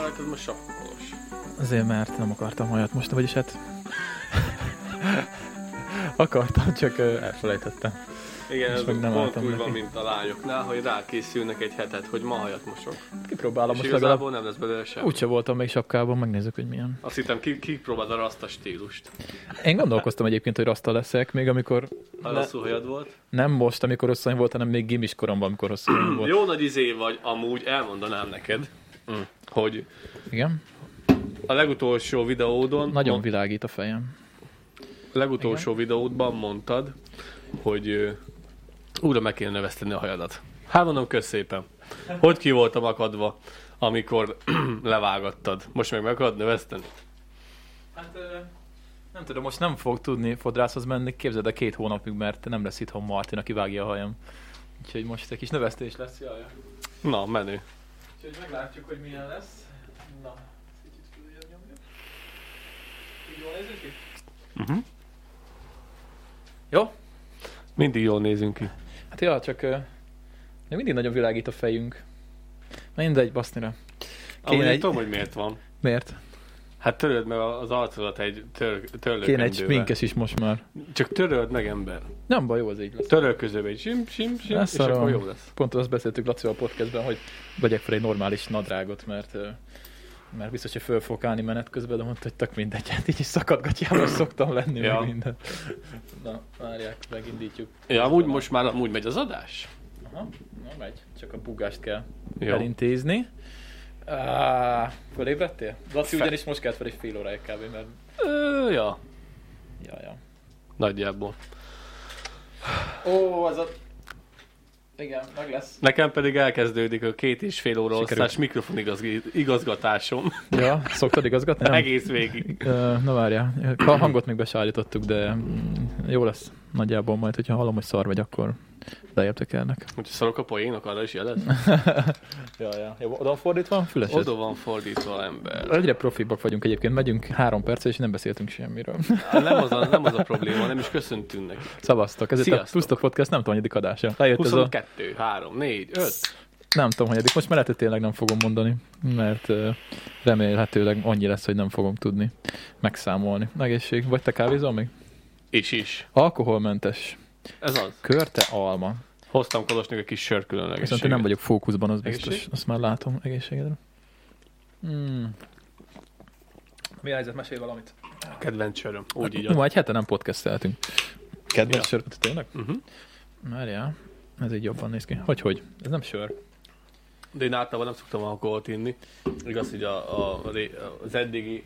rajtad most sapkakolos? Azért, mert nem akartam hajat most, vagyis hát... akartam, csak elfelejtettem. Igen, és ez meg nem pont álltam úgy neki. van, mint a lányoknál, hogy rákészülnek egy hetet, hogy ma hajat mosok. Kipróbálom És most igazából legalább. nem lesz belőle semmi. Úgyse voltam még sapkában, megnézzük, hogy milyen. Azt hittem, kipróbáld a rasta stílust. Én gondolkoztam egyébként, hogy rasta leszek, még amikor... Ha hosszú hajad volt. Nem most, amikor hosszú volt, hanem még gimis koromban, amikor hosszú volt. Jó nagy izé vagy, amúgy elmondanám neked, hogy Igen? a legutolsó videódon... Nagyon világít a fejem. A legutolsó videódban mondtad, hogy újra meg kéne növeszteni a hajadat. Hát mondom, kösz szépen. Hogy ki voltam akadva, amikor levágattad? Most meg akarod növeszteni? Hát nem tudom, most nem fog tudni fodrászhoz menni, képzeld el 2 hónapig, mert nem lesz itthon Martin, aki vágja a hajam. Úgyhogy most egy kis növesztés lesz, jaj. Na, menő. Úgyhogy meglátjuk, hogy milyen lesz. Na, kicsit följön nyomja. Így jól nézünk ki? Uh-huh. Jó? Mindig jól nézünk ki. Hát ja, csak még mindig nagyon világít a fejünk. Mindegy, basznira. Amúgy egy... tudom, hogy miért van. Miért? Hát töröld meg az arcodat egy törlőkendővel. Kéne egy sminkes is most már. Csak töröld meg, ember. Nem baj, jó, az így lesz. Törölközőbe egy sim, és akkor jó lesz. Pont azt beszéltük Lacival a podcastben, hogy vegyek fel egy normális nadrágot, mert biztos, hogy föl fog állni menet közben, de mondta, hogy tök mindegy, hát így is szakadgatjával szoktam lenni, ja. meg minden. Na, várják, megindítjuk. Ja, amúgy most már amúgy megy az adás? Aha, na megy, csak a bugást kell jó. elintézni. Fölébredtél? Laci ugyanis most kelt fel egy fél óráig kb. Mert... Ja. Ja. Nagyjából. Ó, az a... Igen, meg lesz. Nekem pedig elkezdődik a 2,5 óra osztás mikrofon igazgatásom. Ja, szoktad igazgatni? Nem? Egész végig. Na várjál, a hangot még besállítottuk, de jó lesz nagyjából majd, hogyha hallom, hogy szar vagy, akkor lejjebb tekernek. Hogyha szarok a poénok, arra is jelez? Ja. Jó, oda van fordítva? Füleses? Oda van fordítva, ember. Egyre profibbak vagyunk egyébként, megyünk 3 percet, és nem beszéltünk semmiről. Nem az a probléma, nem is köszöntünk neki. Szavaztok, ezért Sziasztok. a Pusztok Podcast nem tudom, hanyadik adása. Lejött 22, 3, 4, 5. Nem tudom, hanyadik. Most már lehet, hogy tényleg nem fogom mondani, mert remélhetőleg annyi lesz, hogy nem fogom tudni megszámolni. Egészség. Vagy te kávézol még? Is. Alkoholmentes. Ez az. Körte alma. Hoztam Kolosnak egy kis sör különlegességet. Viszont én nem vagyok fókuszban, az biztos. Egészség? Azt már látom. Egészségedre. Mi a helyzet? Mesélj valamit. Kedvenc söröm. Úgy így. Ma egy hete nem podcasteltünk. Kedvenc sör? Tényleg? Várjál. Ez így jobban néz ki. Hogy? Ez nem sör. De én általában nem szoktam alkoholt inni. Igaz, hogy az eddigi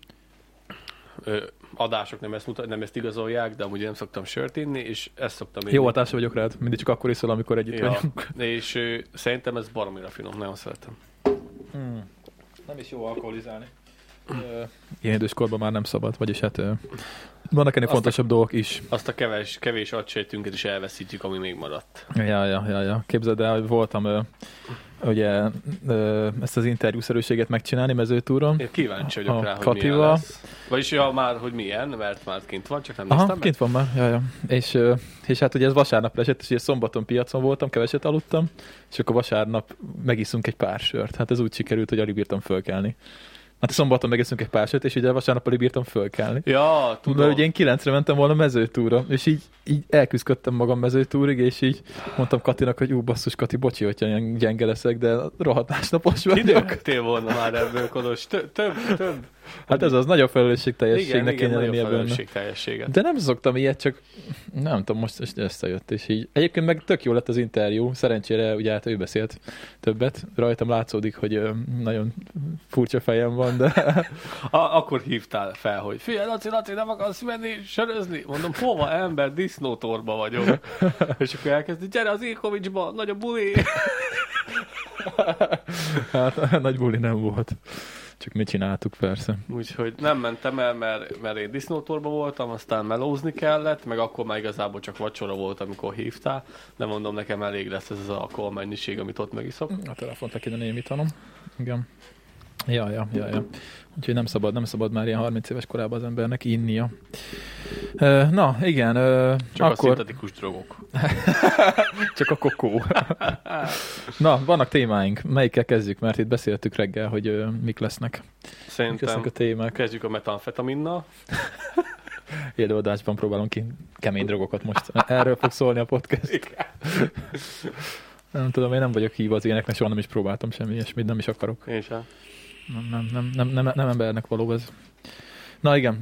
adások nem ezt igazolják, de amúgy nem szoktam sört inni, és ezt szoktam inni. Jó hatása vagyok rád. Mindig csak akkor iszol, amikor együtt vagyunk. És szerintem ez baromira finom. Nagyon szeretem. Nem is jó alkoholizálni. Ilyen időskorban már nem szabad, vagyis hát vannak ennél fontosabb dolgok is. Azt a kevés agysejtünket is elveszítjük, ami még maradt. Ja. Képzeld el, hogy voltam ugye ezt az interjúszerűséget megcsinálni mezőtúron. Én kíváncsi vagyok rá, hogy Katival. milyen lesz. Vagyis már, hogy milyen, mert már kint van, csak nem néztem meg. Kint van már, ja. És hát ugye ez vasárnap esett, és ugye szombaton piacon voltam, keveset aludtam, és akkor vasárnap megiszunk egy pár sört. Hát ez úgy sikerült, hogy alig bírtam fölkelni. Hát szombaton megiszunk egy pár sört, és ugye vasárnap alig bírtam fölkelni. Ja, tudom. Mert ugye én 9-re mentem volna mezőtúra, és így elküzdködtem magam mezőtúrig, és így mondtam Katinak, hogy basszus Kati, bocsi, hogyha ilyen gyenge leszek, de rohadt másnapos vagyok. Időköttél volna már ebből, Kolos. Több. Hát ez az nagyobb felelősségteljességnek kéne lennie benne. Felelősségteljességet. De nem szoktam ilyet, csak nem tudom, most összejött, és így. Egyébként meg tök jó lett az interjú, szerencsére ugye hát ő beszélt többet, rajtam látszódik, hogy nagyon furcsa fejem van, de... Akkor hívtál fel, hogy figyelj, Laci, nem akarsz menni sörözni? Mondom, hova, ember, disznótorba vagyok. És akkor elkezdi, gyere az Ilkovicsba, nagy a buli. Hát nagy buli nem volt. Csak mi csináltuk, persze. Úgyhogy nem mentem el, mert én disznótorba voltam, aztán melózni kellett, meg akkor már igazából csak vacsora volt, amikor hívtál. De mondom, nekem elég lesz ez az alkoholmennyiség, amit ott megiszok. A telefont le kéne némítanom. Igen. Ja. Úgyhogy nem szabad már ilyen 30 éves korában az embernek innia. Na, igen. Csak akkor... a szintetikus drogok. Csak a kokó. Na, vannak témáink. Melyikkel kezdjük? Mert itt beszéltük reggel, hogy mik lesznek. Szerintem a témák. Kezdjük a metamfetaminnal. Élőadásban próbálunk ki kemény drogokat most. Erről fog szólni a podcast. Nem tudom, én nem vagyok hívva az ilyeneknek, soha nem is próbáltam semmi ilyesmit, nem is akarok. Én sem. Nem embernek való ez. Na igen,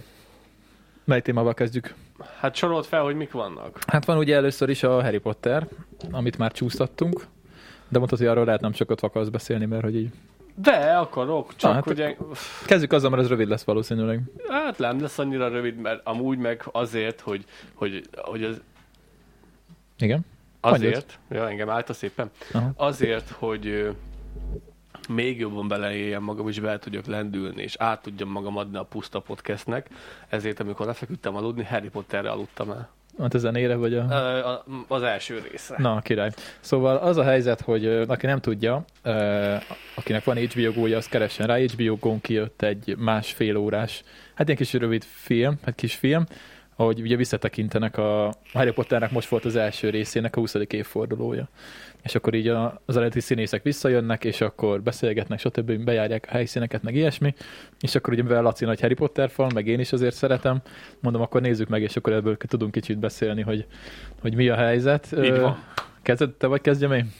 mely témával kezdjük? Hát sorolt fel, hogy mik vannak. Hát van ugye először is a Harry Potter, amit már csúsztattunk, de mondtad, hogy arról lehet nem sokat akarsz beszélni, mert hogy így... De, akarok, csak hát ugye... Kezdjük azzal, mert ez rövid lesz valószínűleg. Hát nem lesz annyira rövid, mert amúgy meg azért, hogy az... Igen? Azért, ja, engem állta szépen. Aha. Azért, hogy még jobban beleéljem magam, és bele tudjak lendülni, és át tudjam magam adni a Puszta Podcastnek, ezért amikor lefeküdtem aludni, Harry Potterre aludtam el. Hát a zenére, vagy az első részre. Na, király. Szóval az a helyzet, hogy aki nem tudja, akinek van HBO Go-ja, az keressen rá. HBO Go-n kijött egy 1,5 órás, hát ilyen kis rövid film, hát kis film, ahogy ugye visszatekintenek a Harry Potternek most volt az első részének a 20. évfordulója. És akkor így az eredeti színészek visszajönnek, és akkor beszélgetnek, stb. Bejárják a helyszíneket, meg ilyesmi. És akkor ugye mivel Laci nagy Harry Potter fan, meg én is azért szeretem, mondom, akkor nézzük meg, és akkor ebből tudunk kicsit beszélni, hogy mi a helyzet. Így van. Kezded te, vagy kezdjem én?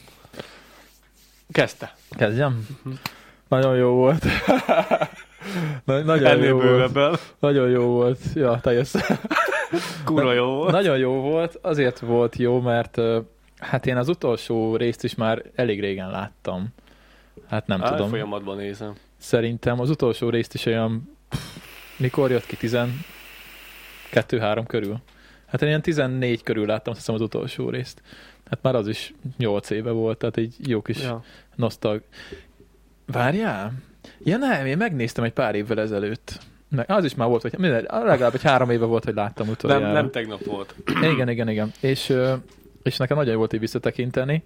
Kezdte. Kezdjem? Nagyon jó volt. Nagyon jó volt. Nagyon jó volt. Ja, teljesen. Kurva jó volt. Nagyon jó volt. Azért volt jó, mert hát én az utolsó részt is már elég régen láttam. Hát nem tudom. Folyamatban nézem. Szerintem az utolsó részt is olyan... Mikor jött ki? 12-3 körül? Hát én ilyen 14 körül láttam, azt hiszem, az utolsó részt. Hát már az is 8 éve volt, tehát egy jó kis nosztalg... Várjál? Ja nem, én megnéztem egy pár évvel ezelőtt. Az is már volt, hogy legalább egy 3 éve volt, hogy láttam utoljára. Nem tegnap volt. Igen. És nekem nagyon volt így visszatekinteni.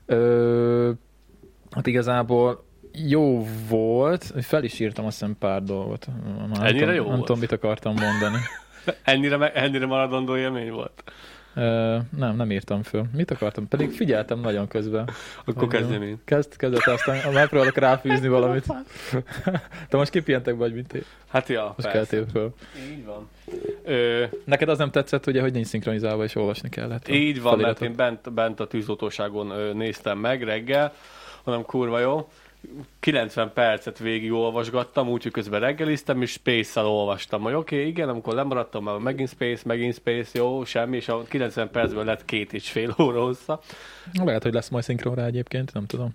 Hát igazából jó volt, fel is írtam azt hiszem pár dolgot. Ennyire jó volt? Nem tudom, mit akartam mondani. ennyire maradandó élmény volt? Nem írtam föl. Mit akartam? Pedig figyeltem nagyon közben. Akkor kezdjem én. Kezdett, aztán megpróbálok ráfűzni valamit. Te most kipihentek vagy, mint én. Hát ja, most keltél föl. Így van. Neked az nem tetszett, ugye, hogy nincs szinkronizálva, és olvasni kellett. Így van, mert én bent a tűzoltóságon néztem meg reggel, hanem kurva jó. 90 percet végig olvasgattam, úgyhogy közben reggeliztem, és Space-szel olvastam, hogy oké, igen, amikor lemaradtam, már megint Space, jó, semmi, és a 90 percből lett 2,5 óra hossza. Lehet, hogy lesz majd szinkron rá egyébként, nem tudom.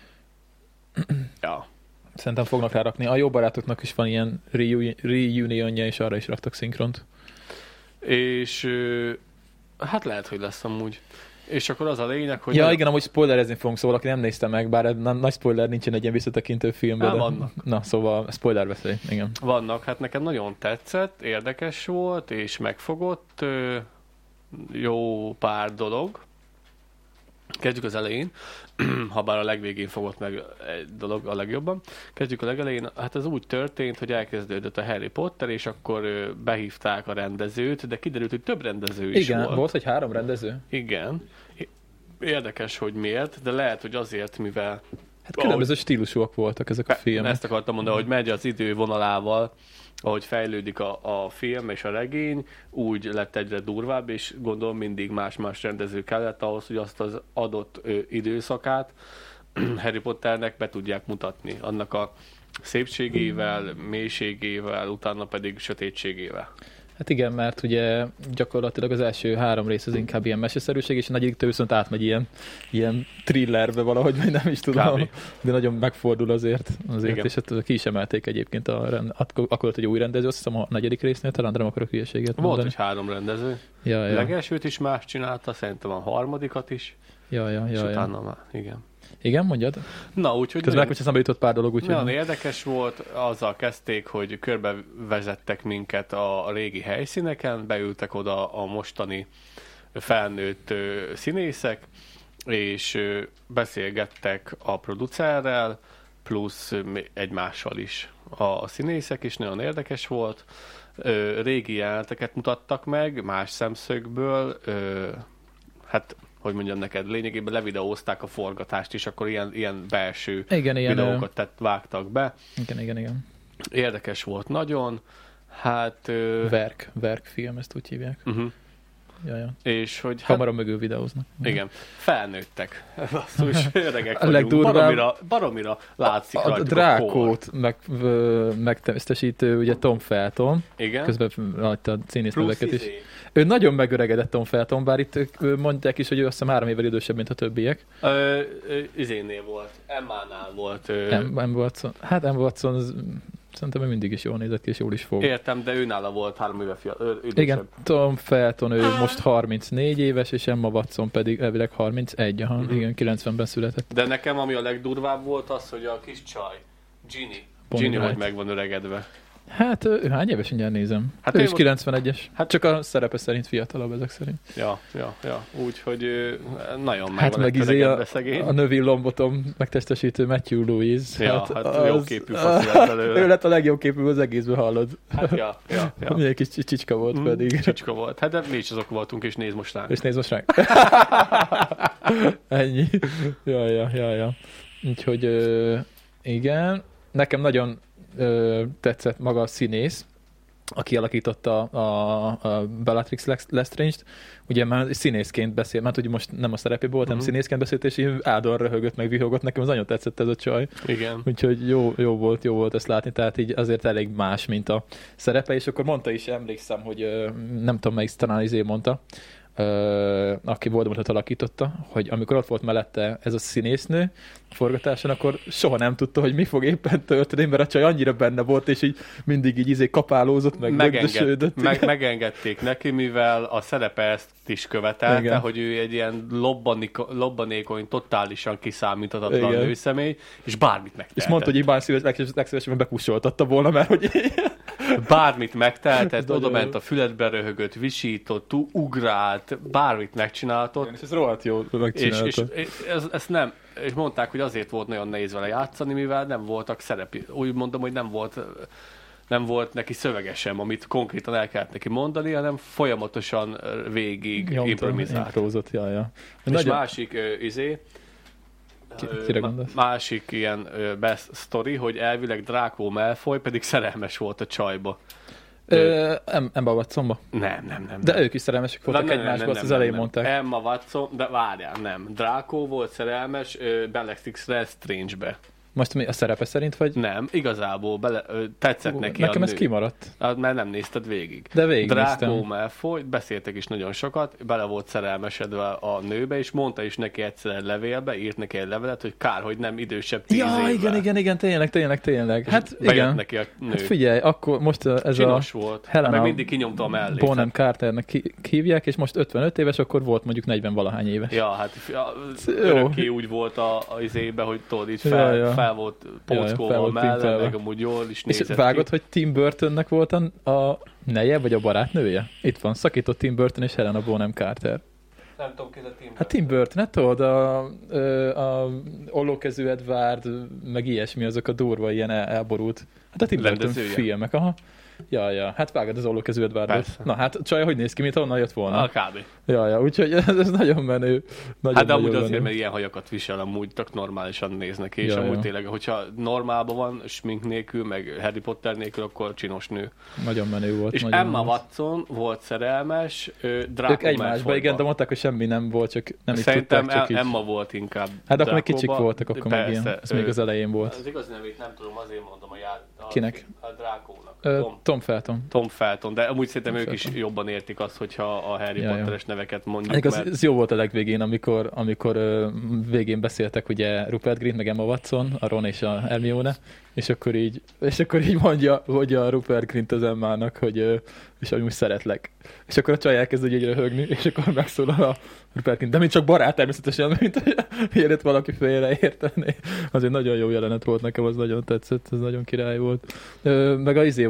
Ja. Szerintem fognak rárakni. A jó barátoknak is van ilyen reunionja, és arra is raktak szinkront. És hát lehet, hogy lesz amúgy. És akkor az a lényeg, hogy... Ja, igen, amúgy spoilerezni fogunk, szóval aki nem nézte meg, bár nagy spoiler nincsen egy ilyen visszatekintő filmben. Vannak. Na, szóval spoiler beszélj, igen. Vannak, hát nekem nagyon tetszett, érdekes volt, és megfogott jó pár dolog. Kezdjük az elején, ha bár a legvégén fogott meg egy dolog a legjobban. Kezdjük a legelején, hát ez úgy történt, hogy elkezdődött a Harry Potter, és akkor behívták a rendezőt, de kiderült, hogy több rendező is volt. Igen, volt, hogy 3 rendező? Igen. Érdekes, hogy miért, de lehet, hogy azért, mivel... Hát különböző stílusúak voltak ezek a filmek. Ezt akartam mondani, hogy megy az idő vonalával, ahogy fejlődik a film és a regény, úgy lett egyre durvább, és gondolom mindig más-más rendező kellett ahhoz, hogy azt az adott időszakát Harry Potternek be tudják mutatni. Annak a szépségével, mélységével, utána pedig sötétségével. Hát igen, mert ugye gyakorlatilag az első 3 rész az inkább ilyen meseszerűség, és a negyedik viszont átmegy ilyen thrillerbe valahogy, vagy nem is tudom. Kb. De nagyon megfordul azért és hát ki is emelték egyébként akkor egy új rendező, azt hiszem a 4. résznél, talán nem akarok hülyeséget mondani. Volt, hogy 3 rendező. Ja. Legelsőt is más csinálta, szerintem a 3. is. Ja. És utána már, igen. Igen, mondjad? Na, úgyhogy... Közben most eszembe jutott pár dolog, úgyhogy... Nagyon érdekes volt, azzal kezdték, hogy körbevezettek minket a régi helyszíneken, beültek oda a mostani felnőtt színészek, és beszélgettek a producerrel, plusz egymással is a színészek, és nagyon érdekes volt. Régi jeleneteket mutattak meg, más szemszögből, hát hogy mondjam neked, lényegében levideózták a forgatást, és akkor ilyen belső videókat vágtak be. Igen. Érdekes volt nagyon. Hát... Verk film, ezt úgy hívják. Ja. És hogy... Kamera mögül videóznak. Igen. Felnőttek. Basszus, öregek vagyunk. Baromira látszik a Drákót megtestesítő, ugye Tom Felton. Igen. Közben rajta a színésznöveket is. Ő nagyon megöregedett, Tom Felton, bár itt mondják is, hogy ő azt hiszem 3 évvel idősebb, mint a többiek. Izénél volt. Emmánál volt. Emma Watson. Hát Emma Watson szerintem mindig is jól nézett ki, és jól is fog. Értem, de őnála volt 3 éve idősebb. Igen, Tom Felton, ő most 34 éves, és Emma Watson pedig elvileg 31, igen, 90-ben született. De nekem ami a legdurvább volt az, hogy a kis csaj, Ginny hogy meg van öregedve. Hát ő hány éves, mindjárt nézem. Hát ő is 91-es. Hát csak a szerepe szerint fiatalabb ezek szerint. Ja. Úgyhogy nagyon hát meg öregedve szegény. A növi lombotom megtestesítő Matthew Louise. Ja, hát jó képű fasz lett belőle. Ő lett a legjobb képű, az egészből hallod. Hát ja. Milyen kis csicska volt pedig. Csicska volt. Hát de mi is azok voltunk, és nézd most ránk. Ennyi. Ja. Úgyhogy igen. Nekem nagyon tetszett maga a színész, aki alakította a Bellatrix Lestrange-t. Ugye már színészként beszél, mert ugye most nem a szerepében volt, hanem színészként beszélt, és áldon röhögött, meg vihogott. Nekem az nagyon tetszett ez a csaj. Igen. Úgyhogy jó volt ezt látni, tehát így azért elég más, mint a szerepe, és akkor mondta is, emlékszem, hogy nem tudom melyik, talán mondta, aki Voldemortot alakította, hogy amikor ott volt mellette ez a színésznő a forgatáson, akkor soha nem tudta, hogy mi fog éppen történni, mert a csaj annyira benne volt, és így mindig így kapálózott, meg lögdösödött. Megengedték neki, mivel a szerepe ezt is követelte, igen, hogy ő egy ilyen lobbanékony, totálisan kiszámíthatatlan nőszemély, és bármit megtehetett. És mondta, hogy így legszívesebben bekussoltatta volna, mert hogy... Bármit megtehetett, oda ment a füledbe röhögött, visított, ugrált, bármit megcsináltott. És ez rohadt jól megcsinálta. És ez nem, és mondták, hogy azért volt nagyon nehéz vele játszani, mivel nem voltak szerepi. Úgy mondom, hogy nem volt neki szövege sem, amit konkrétan el kellett neki mondani, hanem folyamatosan végig improvizált. Ja. És nagyon... másik másik ilyen best story, hogy elvileg Draco Malfoy pedig szerelmes volt a csajba. Emma Watsonba? Nem. De ők is szerelmesek voltak egymásba, azt az elején mondták. Emma Watson, de várjál, nem. Draco volt szerelmes Bellatrix Lestrange-be. Most mi a szerepe szerint, vagy? Nem, igazából tetszett neki nekem ez kimaradt. Mert nem nézted végig. De Draco Malfoy, beszéltek is nagyon sokat, bele volt szerelmesedve a nőbe, és mondta is neki egyszer egy levélbe, írt neki egy levelet, hogy kár, hogy nem idősebb 10 évvel. Igen, tényleg. Hát igen. Neki a nő. Hát figyelj, akkor most ez csinos a volt. Helena meg mindig kinyomta a mellét. Bonham Carternek hívják, és most 55 éves, akkor volt mondjuk 40 valahány éves. Ja, hát örökké úgy volt az évben, hogy tudod, így fel volt póckolva mellett, meg amúgy jól is nézett és vágod, hogy Tim Burtonnak volt a neje, vagy a barátnője? Itt van, szakított Tim Burton és Helena Bonham Carter. Nem tudom, ki ez a Tim Burton. Hát Tim Burton, hát tudod, a ollókezű Edward, meg ilyesmi, azok a durva, ilyen elborult. Hát a Tim Burton filmek, aha. Ja, hát vágod az ollókezű Edwardot. Na hát Csaj, hogy néz ki, mint onnan jött volna? Kb. Ja, úgyhogy ez nagyon menő. Hát de amúgy azért, mert ilyen hajakat visel, amúgy tök normálisan néznek, és amúgy tényleg, hogyha normálban van, smink nélkül, meg Harry Potter nélkül, akkor csinos nő. Nagyon menő volt. És Emma Watson volt szerelmes, Draco ők egymásba, igen, de mondták, hogy semmi nem volt, csak nem is tudták, csak Szerintem Emma volt inkább. Hát akkor még kicsik voltak, akkor meg ilyen. Ez még az elején volt. Az igazi nevét nem tudom, azért mondom Kinek? A Drákónak. Tom Felton, de amúgy szerintem ők is jobban értik azt, hogyha a Harry Potteres neveket mondjuk. Ez jó volt a legvégén, amikor végén beszéltek ugye Rupert Grint meg Emma Watson, a Ron és a Hermione, és akkor így mondja, hogy a Rupert Grint az Emmának, hogy és amúgy szeretlek. És akkor a csaj elkezd így röhögni, és akkor megszólal a Rupert Grint. De mint csak barát természetesen, mint mielőtt valaki félreértené. Azért nagyon jó jelenet volt nekem, az nagyon tetszett, ez nagyon király volt. Meg a volt nagyon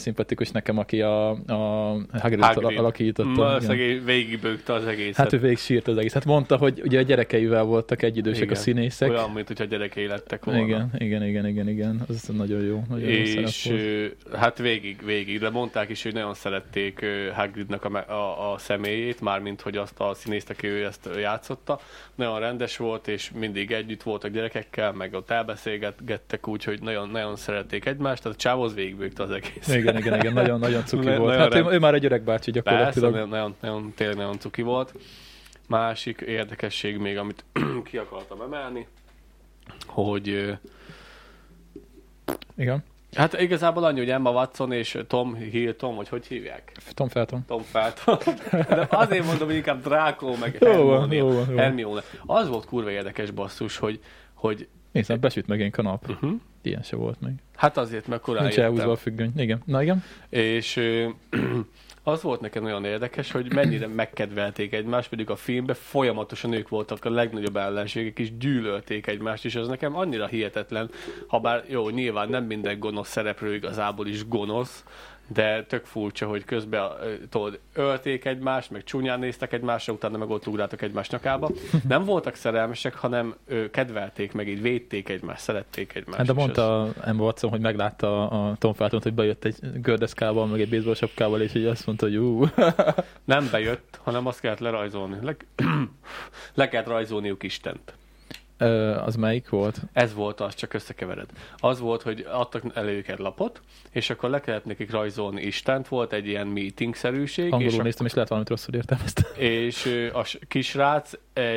szimpatikus nekem, aki a Hagridot alakította. Szegény végigbőgte az egészet. Hát ő végig sírt az egész. Hát mondta, hogy ugye a gyerekeivel voltak egyidősek a színészek. Olyan, mint hogyha gyerekei lettek volna. Igen. Az nagyon jó. Nagyon és jó hát végig, de mondták is, hogy nagyon szerették Hagridnak a személyét, mármint, hogy azt a színészt, aki ő ezt játszotta. Nagyon rendes volt, és mindig együtt voltak gyerekekkel, meg ott elbeszélgettek úgy, hogy nagyon, nagyon szerették egymást, tehát a csávóz végigbőgte az egész. Igen, nagyon cuki volt. Hát ő már egy öreg bácsi gyakorlatilag. Persze, tényleg nagyon cuki volt. Másik érdekesség még, amit ki akartam emelni, hogy igen. Hát igazából annyi, hogy Emma Watson és Tom Hilton, vagy hogy hívják? Tom Felton. De azért mondom, hogy inkább Draco, meg Hermione. Az volt kurva érdekes basszus, hogy nézd, besüt meg a nap. Ilyen se volt még. Hát azért, mert korán nincs elhúzva a függöny. Igen. Na igen. És az volt nekem nagyon érdekes, hogy mennyire megkedvelték egymást, pedig a filmben folyamatosan ők voltak a legnagyobb ellenségek, és gyűlölték egymást, és az nekem annyira hihetetlen, habár jó, nyilván nem minden gonosz szereplő igazából is gonosz, de tök furcsa, hogy közben ölték egymást, meg csúnyán néztek egymásra, utána meg ott ugráltak egymás nyakába. Nem voltak szerelmesek, hanem kedvelték meg, így védték egymást, szerették egymást. Hát de mondta Emma Watson, hogy meglátta a Tom Feltont, hogy bejött egy gördeszkával, meg egy baseball sapkával, és így azt mondta, hogy Nem bejött, hanem azt kellett lerajzolni. Le kellett rajzolniuk Istent. Az melyik volt? Ez volt az, csak összekevered. Az volt, hogy adtak elő egy lapot, és akkor le kellett nekik rajzolni Istent, volt egy ilyen meeting-szerűség. Angolul néztem, és lehet valamit rosszul értelmeztem. És a kisrác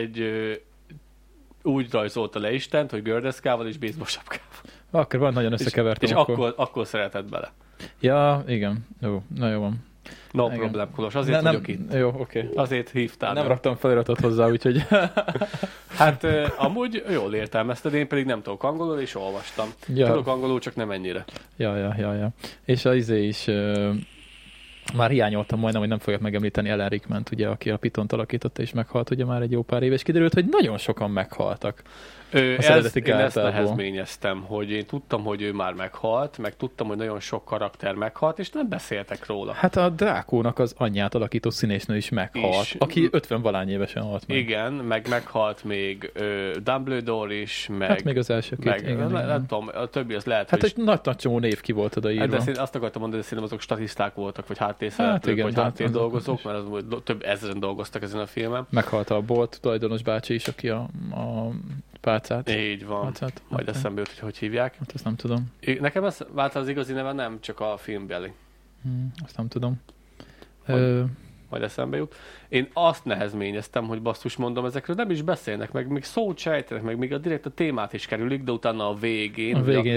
úgy rajzolta le Istent, hogy gördeszkával és baseball sapkával. Akkor van, nagyon összekevertem. És akkor szeretett bele. Ja, igen. Jó, na jó van. No problem, Kolos. Azért vagyok itt. Jó, oké. Azért hívtál. Nem raktam feliratot hozzá, úgyhogy... Hát amúgy jól értelmezted, én pedig nem tudok angolul, és olvastam. Ja. Tudok angolul, csak nem ennyire. Ja. És az izé is... Már hiányoltam majdnem, hogy nem fogják megemlíteni Alan Rickmant, ugye, aki a Pitont alakította és meghalt ugye már egy jó pár éve, és kiderült, hogy nagyon sokan meghaltak. Én ezt nehezményeztem, hogy én tudtam, hogy ő már meghalt, meg tudtam, hogy nagyon sok karakter meghalt, és nem beszéltek róla. Hát a Drákónak az anyját alakító színésznő is meghalt, aki 50-valány évesen halt meg. Igen, meg meghalt még Dumbledore is, meg... Hát még az első két, igen. Nem tudom, a többi az lehet, hát hogy... egy nagy csomó név ki volt odaírva. Hát de azt akartam mondani, hogy szerintem azok statiszták voltak, vagy háttérszereplők, vagy háttérdolgozók, mert az több ezeren dolgoztak ezen a filmen. Meghalt a bolt tulajdonos bácsi is, aki a pálcát. Így van. Pálcát. Majd eszembe jut, hogy hívják. Hát ezt nem tudom. Nekem ez vált az igazi neve, nem csak a filmbeli. Azt nem tudom. Majd eszembe jut. Én azt nehezményeztem, hogy basszus mondom, ezekről nem is beszélnek, meg még szót sejtenek, meg még direkt a témát is kerülik, de utána a végén,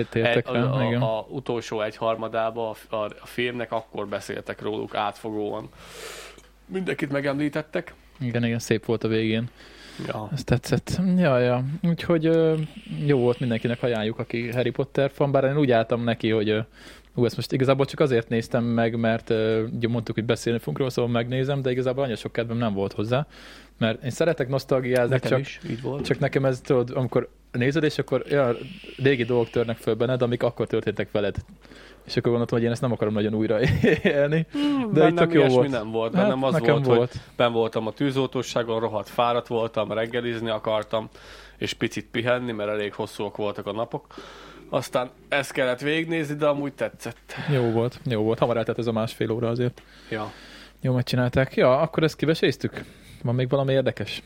a utolsó egyharmadába a filmnek akkor beszéltek róluk átfogóan. Mindenkit megemlítettek. Igen, szép volt a végén. Ja. Ez tetszett. Ja. Úgyhogy jó volt, mindenkinek ajánljuk, aki Harry Potter fan, bár én úgy álltam neki, hogy ezt most igazából csak azért néztem meg, mert ugye mondtuk, hogy beszélni fogunk róla, szóval megnézem, de igazából annyira sok kedvem nem volt hozzá, mert én szeretek nosztalgiázni, csak nekem ez, tudod, amikor nézed, és akkor régi dolgok törnek föl benned, amik akkor történtek veled. És akkor gondoltam, hogy én ezt nem akarom nagyon újra élni. De itt tök jó volt. Nem volt, hanem az volt, hogy benn voltam a tűzoltóságon, rohadt fáradt voltam, reggelizni akartam, és picit pihenni, mert elég hosszúak voltak a napok. Aztán ezt kellett végignézni, de amúgy tetszett. Jó volt. Hamar eltelt ez a másfél óra azért. Ja. Jó, megcsinálták. Ja, akkor ezt kiveséztük. Van még valami érdekes?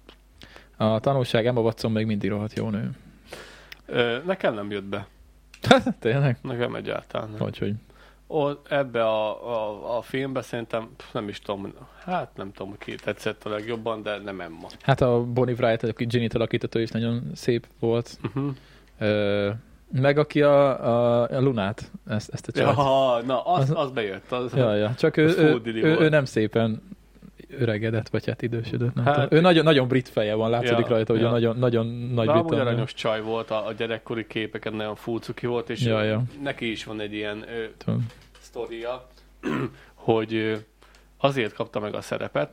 A tanulság, Emma Watson még mindig rohadt jó nő. Nekem nem jött be. Tényleg? Nekem egyáltalán nem. Hogy? Ebbe a filmbe szerintem, nem is tudom, nem tudom, ki tetszett a legjobban, de nem Emma. Hát a Bonnie Wright, aki Ginny-t alakítató is nagyon szép volt. Meg aki a Lunát, ezt a család. Ja, na, az bejött. Ja. Csak ő nem szépen öregedett, vagy hát idősödött. Ő nagyon brit feje van, látszódik rajta, hogy nagyon nagy brit. Amúgy aranyos csaj volt, a gyerekkori képeken nagyon furcuki volt, és neki is van egy ilyen sztoria, hogy azért kapta meg a szerepet,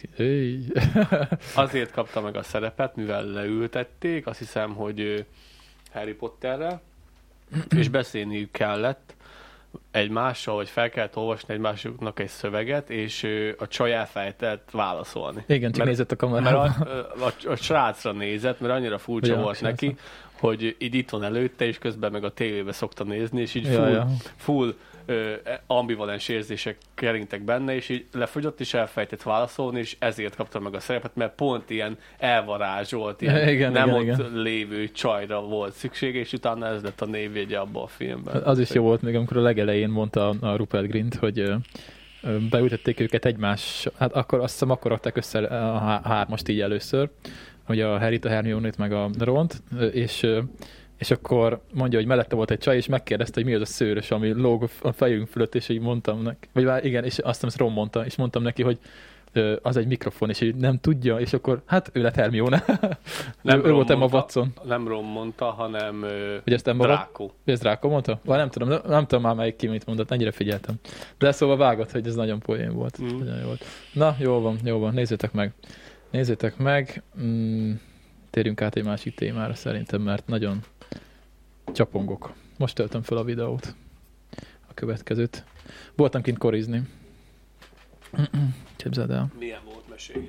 mivel leültették, azt hiszem, hogy Harry Potterrel, és beszélniük kellett, egymással, vagy fel kellett olvasni egymásuknak egy szöveget, és a csaj elfelejtett válaszolni. Igen, csak nézett a kamerába. Mert a srácra nézett, mert annyira furcsa volt neki, hogy így itt van előtte, és közben meg a tévébe szokta nézni, és így full ambivalens érzések kerintek benne, és így lefogyott, és elfelejtett válaszolni, és ezért kapta meg a szerepet, mert pont ilyen elvarázsolt, ilyen ott lévő csajra volt szüksége, és utána ez lett a névjegye abban a filmben. Az is jó volt még, amikor a legelején mondta a Rupert Grint, hogy beültették őket egymás, hát akkor azt hiszem akkor adták össze a hármast így először, hogy a Harryt, a Hermione-t meg a Ront, és akkor mondja, hogy mellette volt egy csaj, és megkérdezte, hogy mi az a szőrös, ami lóg a fejünk fölött, és így mondtam neki, vagy igen, és azt hiszem, Ron mondta, és mondtam neki, hogy az egy mikrofon, és így nem tudja, és akkor, hát ő lett Hermione. ő volt Emma Watson. Nem Ron mondta, hanem Draco. Ez Draco mondta? Nem tudom már melyik ki mit mondott, ennyire figyeltem. De szóval vágott, hogy ez nagyon poén volt. Nagyon jó volt. Na, jó van, nézzétek meg. Térjünk át egy másik témára szerintem, mert nagyon csapongok. Most töltöm fel a videót. A következőt. Voltam kint korizni. Képzeld el. Milyen volt, mesélj?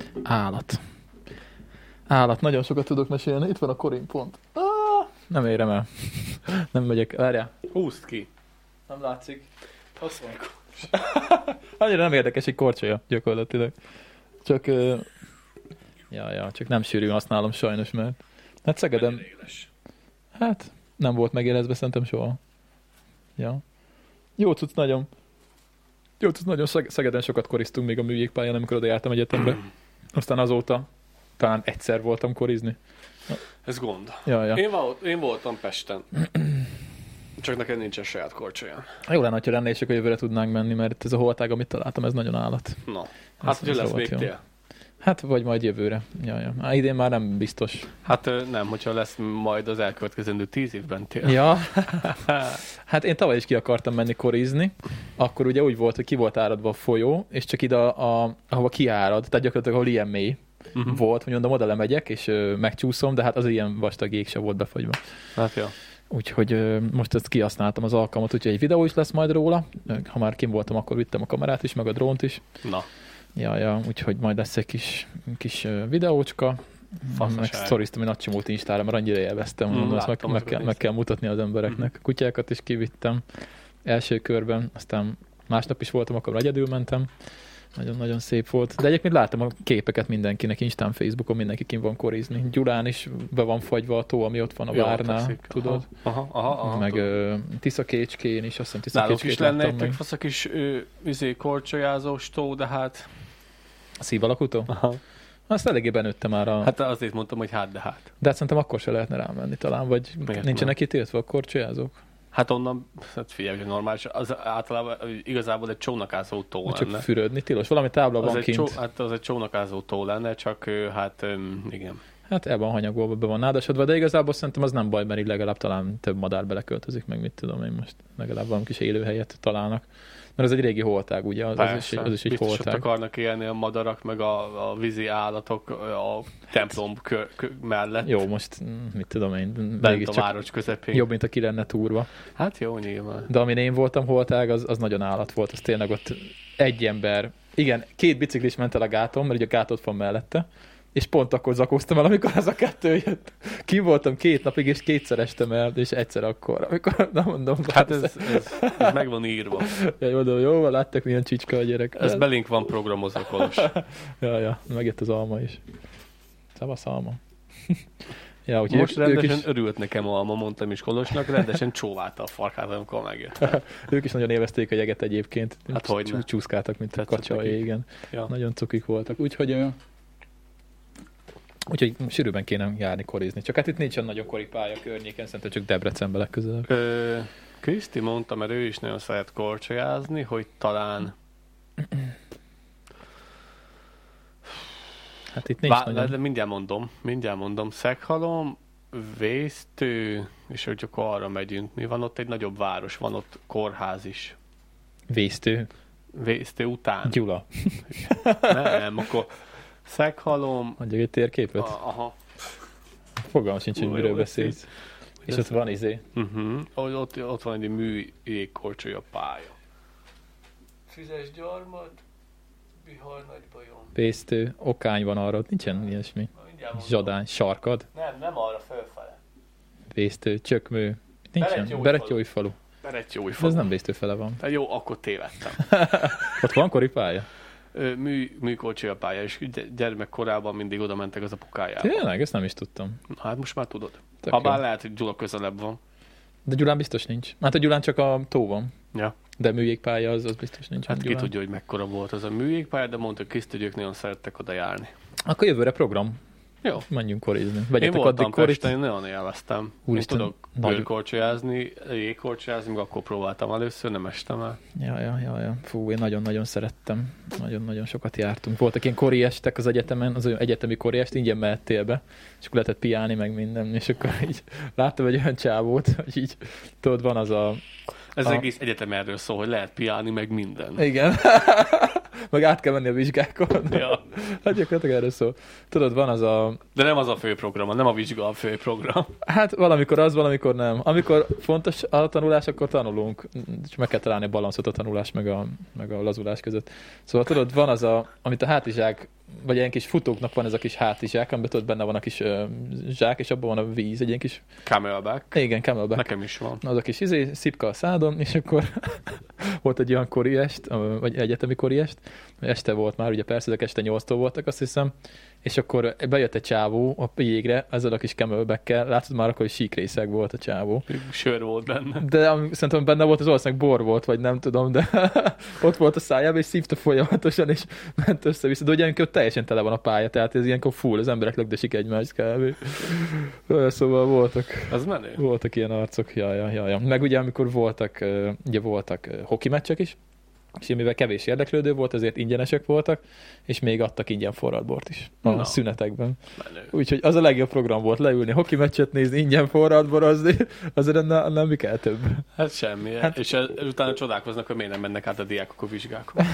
Állat. Nagyon sokat tudok mesélni. Itt van a korin pont. Nem érem el. Nem megyek. Várjál. Húzd ki. Nem látszik. Annyira nem érdekes, egy korcsolya gyakorlatilag. Csak... csak nem sűrűn használom sajnos, mert... Hát Szegeden... Hát nem volt megélezve szerintem soha. Ja. Jó cucc nagyon. Szegeden sokat koriztunk még a műjégpályán, amikor oda jártam egyetemre. Aztán azóta talán egyszer voltam korizni. Ez gond. Ja. Én voltam Pesten. Csak neked nincsen saját korcsolyán. Jó lenne, ha lenne, és akkor jövőre tudnánk menni, mert ez a holtág, amit találtam, ez nagyon állat. Na, hát hogy lesz még tél. Hát, vagy majd jövőre. Ja. Idén már nem biztos. Hát nem, hogyha lesz majd az elkövetkezendő 10 évben tél. Ja. Hát én tavaly is ki akartam menni korizni, akkor ugye úgy volt, hogy ki volt áradva a folyó, és csak ide, ahova kiárad, tehát gyakorlatilag ahol ilyen mély volt, hogy mondom, oda lemegyek, és megcsúszom, de hát az ilyen vastag jég se volt befagyva. Hát jó. Úgyhogy most ezt kihasználtam az alkalmat, úgyhogy egy videó is lesz majd róla. Ha már kim voltam, akkor vittem a kamerát is, meg a drónt is. Na. Ja, úgyhogy majd lesz egy kis videócska. Meg sztoriztam egy nagy csomót Instára, mert annyira élveztem. Mondom, azt meg kell mutatni az embereknek. Kutyákat is kivittem első körben, aztán másnap is voltam, akkor egyedül mentem. Nagyon-nagyon szép volt. De egyébként láttam a képeket mindenkinek, Instán, Facebookon mindenki kim van korizni. Gyulán is be van fagyva a tó, ami ott van a várnál, tudod? Aha, meg Tiszakécskén is, azt hiszem Tiszakécskén is lenne egy fasz a kis korcsolyázós tó, de hát... A szív alakú tó? Aha. Azt eléggé benőtte már a... Hát azért mondtam, hogy hát. De hát szerintem akkor se lehetne rámenni talán, vagy nincsenek kitiltva a korcsolyázók? Hát onnan, hát figyelj, hogy normális, az általában igazából egy csónakázó tó lenne. Csak fürödni tilos, valami tábla van kint. Hát az egy csónakázó tó lenne, csak hát igen. Hát el van hanyagolva, be van nádasodva, de igazából szerintem az nem baj, mert így legalább talán több madár beleköltözik, meg mit tudom én most, legalább valami kis élőhelyet találnak. Mert ez egy régi holtág, ugye? Az is egy holtág. Akarnak élni a madarak, meg a vízi állatok a templom mellett. Jó, most mit tudom én. Bent a város közepén. Jobb, mint a ki lenne túrva. Hát jó, nyilván. De amin én voltam holtág, az nagyon állat volt. Az tényleg ott egy ember. Igen, 2 biciklis ment el a gáton, mert ugye a gát ott van mellette. És pont akkor zakóztam el, amikor az a 2 jött. Kim voltam 2 napig, és 2-szer estem el, és egyszer akkor, amikor, nem mondom. Hát ez meg van írva. Mondom, jó, láttak milyen csicska a gyerek. Ez belénk van programozva, Kolos. Ja, megjött az alma is. Szavasz alma. Ja, most rendesen örült nekem alma, mondtam is Kolosnak, rendesen csóválta a farkát, amikor megjött. Ők is nagyon élvezték a jeget egyébként. Hát hogyne. Csúszkáltak, mint a kacsa a jégen. Ja. Nagyon cukik voltak. Úgyhogy sűrűben kéne járni korizni. Csak hát itt nincsen nagyon koripálya környéken, szerintem csak Debrecenbe legközelebb. Kriszti mondta, mert ő is nagyon szeret korcsolyázni, hogy talán... Hát itt nincs nagyon... De mindjárt mondom. Szeghalom, Vésztő, és hogy akkor arra megyünk. Mi van ott? Egy nagyobb város, van ott kórház is. Vésztő után. Gyula. Nem, akkor... Szeghalom... Adjak egy térképet? Aha. Fogalmam sincs, hogy miről beszélsz. És ott van Ott van egy mű jégkorcsolya pálya. Füzes gyarmat, Bihar Nagybajon. Pésztő, Okány van arra, ott nincsen ilyesmi. Zsadány, Sarkad. Nem arra fölfele. Pésztő, Csökmő. Nincsen. Berettyóújfalu. Berettyóújfalu. Ez nem Pésztő fele van. De jó, akkor tévedtem. Ott van koripálya? Műkorcsolya pálya, és gyermekkorában mindig oda mentek az apukájába. Tényleg? Ezt nem is tudtam. Hát most már tudod. Tök Habár jó. lehet, hogy Gyula közelebb van. De Gyulán biztos nincs. Hát a Gyulán csak a tó van. Ja. De műjégpálya az biztos nincs. Hát ki tudja, hogy mekkora volt az a műjégpálya, de mondta, hogy Krisztügyök nagyon szerettek oda járni. Akkor jövőre program. Jó. Menjünk korizni. Én Vegyetek voltam addig korit. Pesten, én nagyon élveztem. Én tudok bőrkorcsolyázni, jégkorcsolyázni, meg akkor próbáltam először, nem estem el. Ja. Fú, én nagyon-nagyon szerettem. Nagyon-nagyon sokat jártunk. Voltak ilyen kori estek az egyetemen, az olyan egyetemi kori est, ingyen mehettél be, és akkor lehetett piálni, meg minden, és akkor így láttam egy olyan csávót, hogy így, tudod, van az a... Ez egész egyetem erről szól, hogy lehet piálni, meg minden. Igen. Meg át kell menni a vizsgákon. Ja. Hát gyakorlatilag erről szól. Tudod, van az a... De nem az a fő program, nem a vizsga a fő program. Hát valamikor az, valamikor nem. Amikor fontos a tanulás, akkor tanulunk. És meg kell találni a balanszot a tanulás meg a lazulás között. Szóval tudod, van az a, amit a hátizsák, vagy ilyen kis futóknak van ez a kis hátizsák, amiben tudod, benne van a kis zsák, és abban van a víz, egy ilyen kis... Camelback. Igen, camelback. Nekem is van. Az a kis szipka a szádon, és akkor volt egy olyan kori est, vagy egyetemi kori est, este volt már, ugye persze, ezek este 8-tól voltak, azt hiszem, és akkor bejött egy csávó a jégre, ezzel a kis camelbackkel, látszod már akkor, hogy síkrészeg volt a csávó. Sör volt benne. De szerintem benne volt, az ország bor volt, vagy nem tudom, de ott volt a szájában, és szívta folyamatosan, és ment össze-vissza. De ugye amikor teljesen tele van a pálya, tehát ez ilyenkor full, az emberek lögdösik egymást kb. Szóval voltak ilyen arcok, ja. Meg ugye amikor voltak hoki meccsek is, és mivel kevés érdeklődő volt, ezért ingyenesek voltak, és még adtak ingyen forradbort is a szünetekben. Úgyhogy az a legjobb program volt, leülni, hoki meccset nézni, ingyen forradborozni, azért nem mi kell több. Hát semmi. Hát, és utána csodálkoznak, hogy miért nem mennek át a diákok a vizsgákon.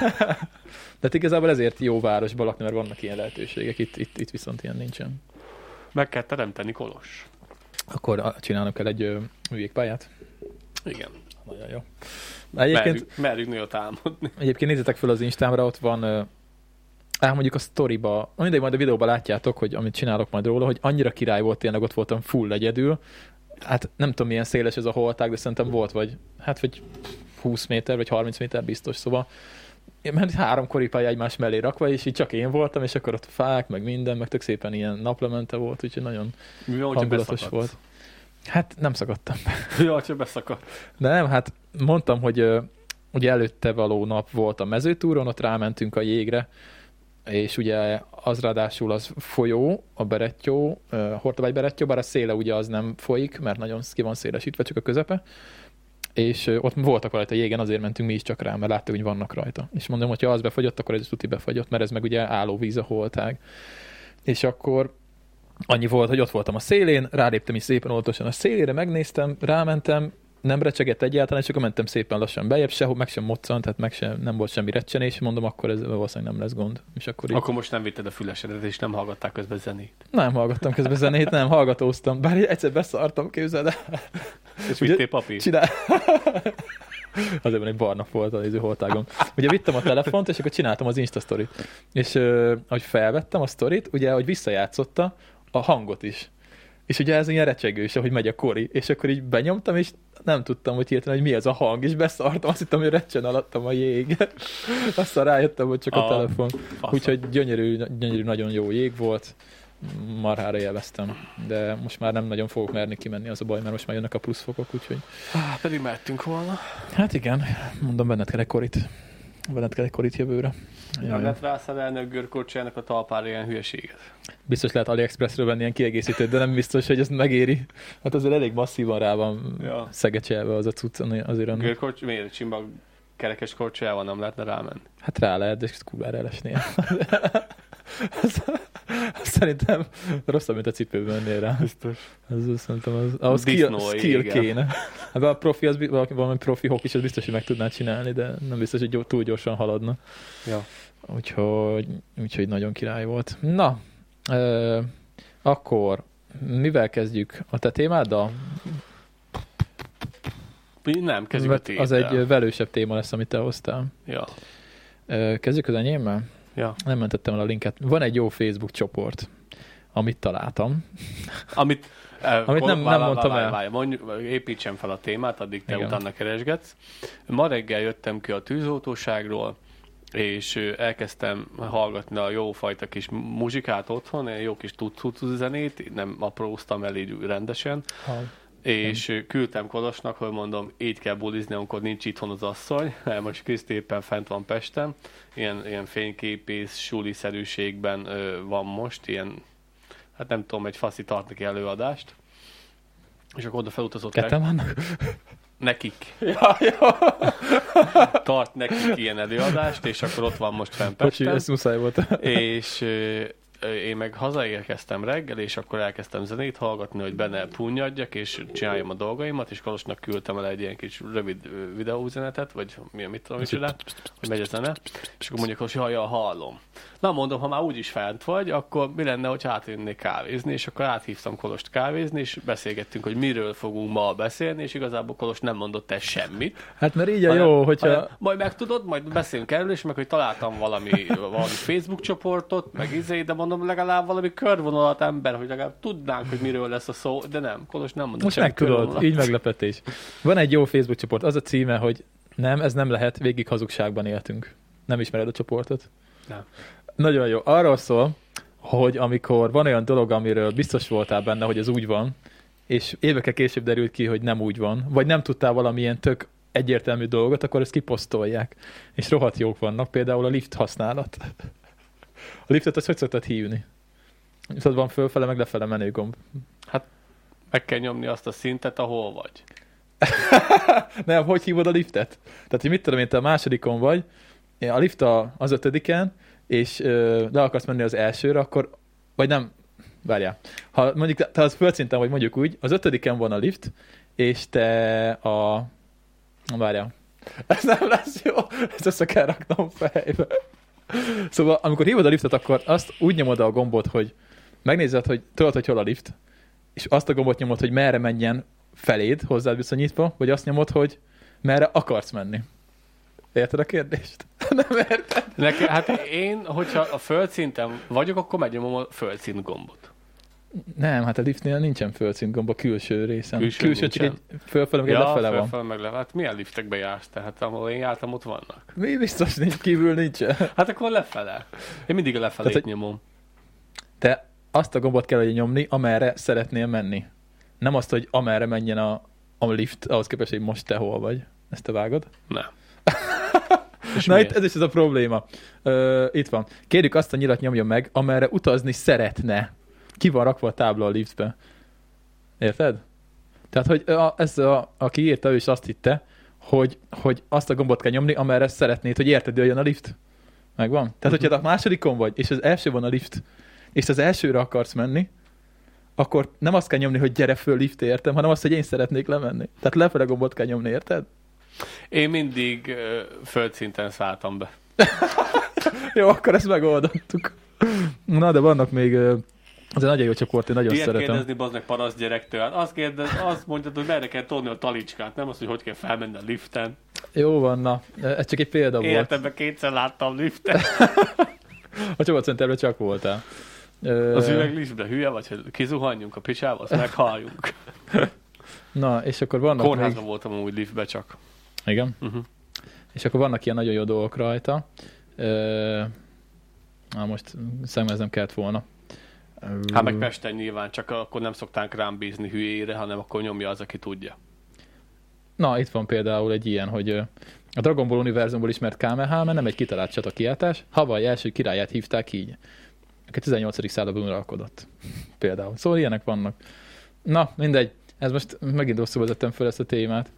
De igazából ezért jó városban lakni, mert vannak ilyen lehetőségek, itt viszont ilyen nincsen. Meg kell teremteni, Kolos. Akkor csinálunk el egy jégpályát? Igen. Nagyon jó. Merjük nőt álmodni. Egyébként nézzetek fel az Instámra, ott van, mondjuk a sztoriba, mindegy, majd a videóban látjátok, hogy amit csinálok majd róla, hogy annyira király volt, tényleg ott voltam full egyedül. Hát nem tudom, milyen széles ez a holtág, de szerintem volt, vagy 20 méter, vagy 30 méter biztos, szóval mert 3 koripálya egymás mellé rakva, és így csak én voltam, és akkor ott fák, meg minden, meg tök szépen ilyen naplemente volt, úgyhogy nagyon hangulatos volt. Hát nem szakadtam. Ja, csak beszakadt. Nem, hát mondtam, hogy ugye előtte való nap volt a mezőtúron, ott rámentünk a jégre, és ugye az ráadásul az folyó, a Berettyó, Hortobágy Berettyó, bár a széle ugye az nem folyik, mert nagyon ki van szélesítve, csak a közepe, és ott voltak rajta jégen, azért mentünk mi is csak rá, mert láttuk, hogy vannak rajta. És mondom, hogy ha az befagyott, akkor ez tuti befagyott, mert ez meg ugye állóvíz a holtág. És akkor annyi volt, hogy ott voltam a szélén, ráléptem is szépen óvatosan a szélére, megnéztem, rámentem, nem recsegett egyáltalán, és akkor mentem szépen lassan bejebb, sehol, meg sem moccant, tehát nem volt semmi recsenés, mondom, akkor ez valószínűleg nem lesz gond. És akkor most nem vitted a fülesedet, és nem hallgattál közben zenét. Nem hallgattam közben zenét, nem, hallgatóztam. Bár egyszer beszartam, képzeld el. És vittél papírt? Azért van egy barna volt az holtágom. Ugye vittem a telefont, és akkor csináltam az Insta sztorit. És ahogy felvettem a sztorit, ugye, ahogy visszajátszotta a hangot is. És ugye ez ilyen recsegős, ahogy megy a kori. És akkor így benyomtam, és nem tudtam, hogy hirtelen, hogy mi ez a hang, és beszartam, azt hittem, hogy recsen alattam a jég. Aztán rájöttem, hogy csak a telefon. Úgyhogy gyönyörű, nagyon jó jég volt. Marhára élveztem. De most már nem nagyon fogok merni kimenni, az a baj, mert most már jönnek a pluszfokok, úgyhogy... Pedig mehetünk volna. Hát igen, mondom, benned kell egy korit jövőre. Nem lehet rászállni a görkorcsájának a talpára ilyen hülyeséget. Biztos lehet AliExpressről venni ilyen kiegészítőt, de nem biztos, hogy ezt megéri. Hát azért elég masszívan rá van szegecselve az a cucc. Azért görkorcs, miért? Csimbag kerekes korcsájával nem lehetne rámenni? Hát rá lehet, de kurvára elesnél. Szerintem rosszabb, mint a cipőben mennél rá. Biztos. Szerintem ahhoz skill kéne. Hát a profi, valami profi hokis, az biztos, hogy meg tudná csinálni, de nem biztos, hogy túl gyorsan haladna. Ja. Úgyhogy nagyon király volt. Na, akkor mivel kezdjük? A te témáddal? Nem, kezdjük a témáddal. Az egy velősebb téma lesz, amit te hoztál. Ja. Kezdjük az enyémmel? Ja. Nem mentettem el a linket. Van egy jó Facebook csoport, amit találtam. Amit nem mondtam el. Mondjuk, építsem fel a témát, addig te Igen. utána keresgetsz. Ma reggel jöttem ki a tűzoltóságról, és elkezdtem hallgatni a jófajta kis muzsikát otthon, egy jó kis tututu zenét, nem apróztam el így rendesen, és küldtem Kolosnak, hogy mondom, így kell bulizni, amikor nincs itthon az asszony, mert most Kriszti éppen fent van Pesten, ilyen fényképész, suliszerűségben van most, ilyen, hát nem tudom, egy faszi tart neki előadást, és akkor oda felutazott. Ketten vannak? Nekik. Ja. Tart nekik ilyen előadást, és akkor ott van most fent Pesten. Bocsi, ez muszáj volt. És én meg hazaérkeztem reggel, és akkor elkezdtem zenét hallgatni, hogy benne punnyadjak, és csináljam a dolgaimat, és Kalosnak küldtem el egy ilyen kis rövid videóüzenetet, vagy mit tudom, micsoda, hogy megy a zene, és akkor mondjuk, hogy jaj, hallom. Na mondom, ha már úgyis fent vagy, akkor mi lenne, hogy átjönnék kávézni, és akkor áthívtam Kolost kávézni, és beszélgettünk, hogy miről fogunk ma beszélni, és igazából Kolos nem mondott el semmit. Hát mert így a jó, hogyha... Majd megtudod, majd beszélünk erről, és meg, hogy találtam valami Facebook csoportot, meg de mondom, legalább valami körvonalat ember, hogy legalább tudnánk, hogy miről lesz a szó, de nem, Kolos nem mondott. Most megtudod, így meglepetés. Van egy jó Facebook csoport, az a címe, hogy nem, ez nem lehet, végig hazugságban éltünk. Nem ismered a csoportot? Nem. Nagyon jó. Arról szól, hogy amikor van olyan dolog, amiről biztos voltál benne, hogy ez úgy van, és évekkel később derült ki, hogy nem úgy van, vagy nem tudtál valamilyen tök egyértelmű dolgot, akkor ezt kiposztolják. És rohadt jók vannak, például a lift használat. A liftet azt hogy szoktad hívni? Szóval van fölfele, meg lefele menő gomb. Hát meg kell nyomni azt a szintet, ahol vagy. Nem, hogy hívod a liftet? Tehát, hogy mit tudom én, te a másodikon vagy, a lift az 5-en, és le akarsz menni az elsőre, akkor, vagy nem, várjál. Ha mondjuk te az földszinten vagy, mondjuk úgy, az 5-en van a lift, és te várjál. Ez nem lesz jó, ezt össze kell raknom fejbe. Szóval, amikor hívod a liftet, akkor azt úgy nyomod a gombot, hogy megnézed, hogy tudod, hogy hol a lift, és azt a gombot nyomod, hogy merre menjen feléd, hozzád viszonyítva, vagy azt nyomod, hogy merre akarsz menni. Érted a kérdést? Nem érted? Hát én, hogyha a földszinten vagyok, akkor megnyomom a földszint gombot. Nem, hát a liftnél nincsen földszint gomb a külső részen. Külső csak egy fölfele, meg egy lefele van. Fölfele, meg lefele. Hát milyen liftekbe jársz? Tehát ahol én jártam, ott vannak. Mi biztos nincs, kívül nincsen. Hát akkor lefele. Én mindig a lefelét nyomom. Te azt a gombot kell, hogy nyomni, amerre szeretnél menni. Nem azt, hogy amerre menjen a lift, ahhoz képest, hogy most te hol vagy. Ezt te vágod? Nem. Na itt ez is az a probléma. Itt van. Kérjük azt a nyilat nyomja meg, amerre utazni szeretne. Ki van rakva a tábla a liftbe. Érted? Tehát, hogy aki írta, ő is azt hitte, hogy azt a gombot kell nyomni, amerre szeretnéd, hogy érted, jöjjön a lift. Megvan? Tehát, hogyha a másodikon vagy, és az első van a lift, és az elsőre akarsz menni, akkor nem azt kell nyomni, hogy gyere föl lift, értem, hanem azt, hogy én szeretnék lemenni. Tehát lefele gombot kell nyomni, érted? Én mindig földszinten szálltam be. Jó, akkor ezt megoldottuk. Na, de vannak még... Ez egy nagyon jó csoport, én nagyon szeretem. Ilyet kérdezni, bazd meg paraszt gyerektől. Hát azt mondjad, hogy merre kell tolni a talicskát, nem azt, hogy kell felmenni a liften. Jó van, na. Ez csak egy példa volt. Életemben 2-szer láttam liften. A csoportcenterben csak voltál. Az üveg liftbe hülye vagy, hogy kizuhanjunk a picsába, azt meghalljunk. Na, és akkor vannak Kórházban voltam amúgy liftbe csak. Igen? Uh-huh. És akkor vannak ilyen nagyon jó dolgok rajta. Most szemeznem kellett volna. Hát meg Pesten nyilván, csak akkor nem szokták rám bízni hülyére, hanem akkor nyomja az, aki tudja. Na, itt van például egy ilyen, hogy a Dragon Ball univerzumból ismert Kamehameha nem egy kitalált csata kiáltás, Hawaii első királyát hívták így. A 18. században uralkodott. Például. Szóval ilyenek vannak. Na, mindegy. Ez most megint rosszul vezettem föl ezt a témát.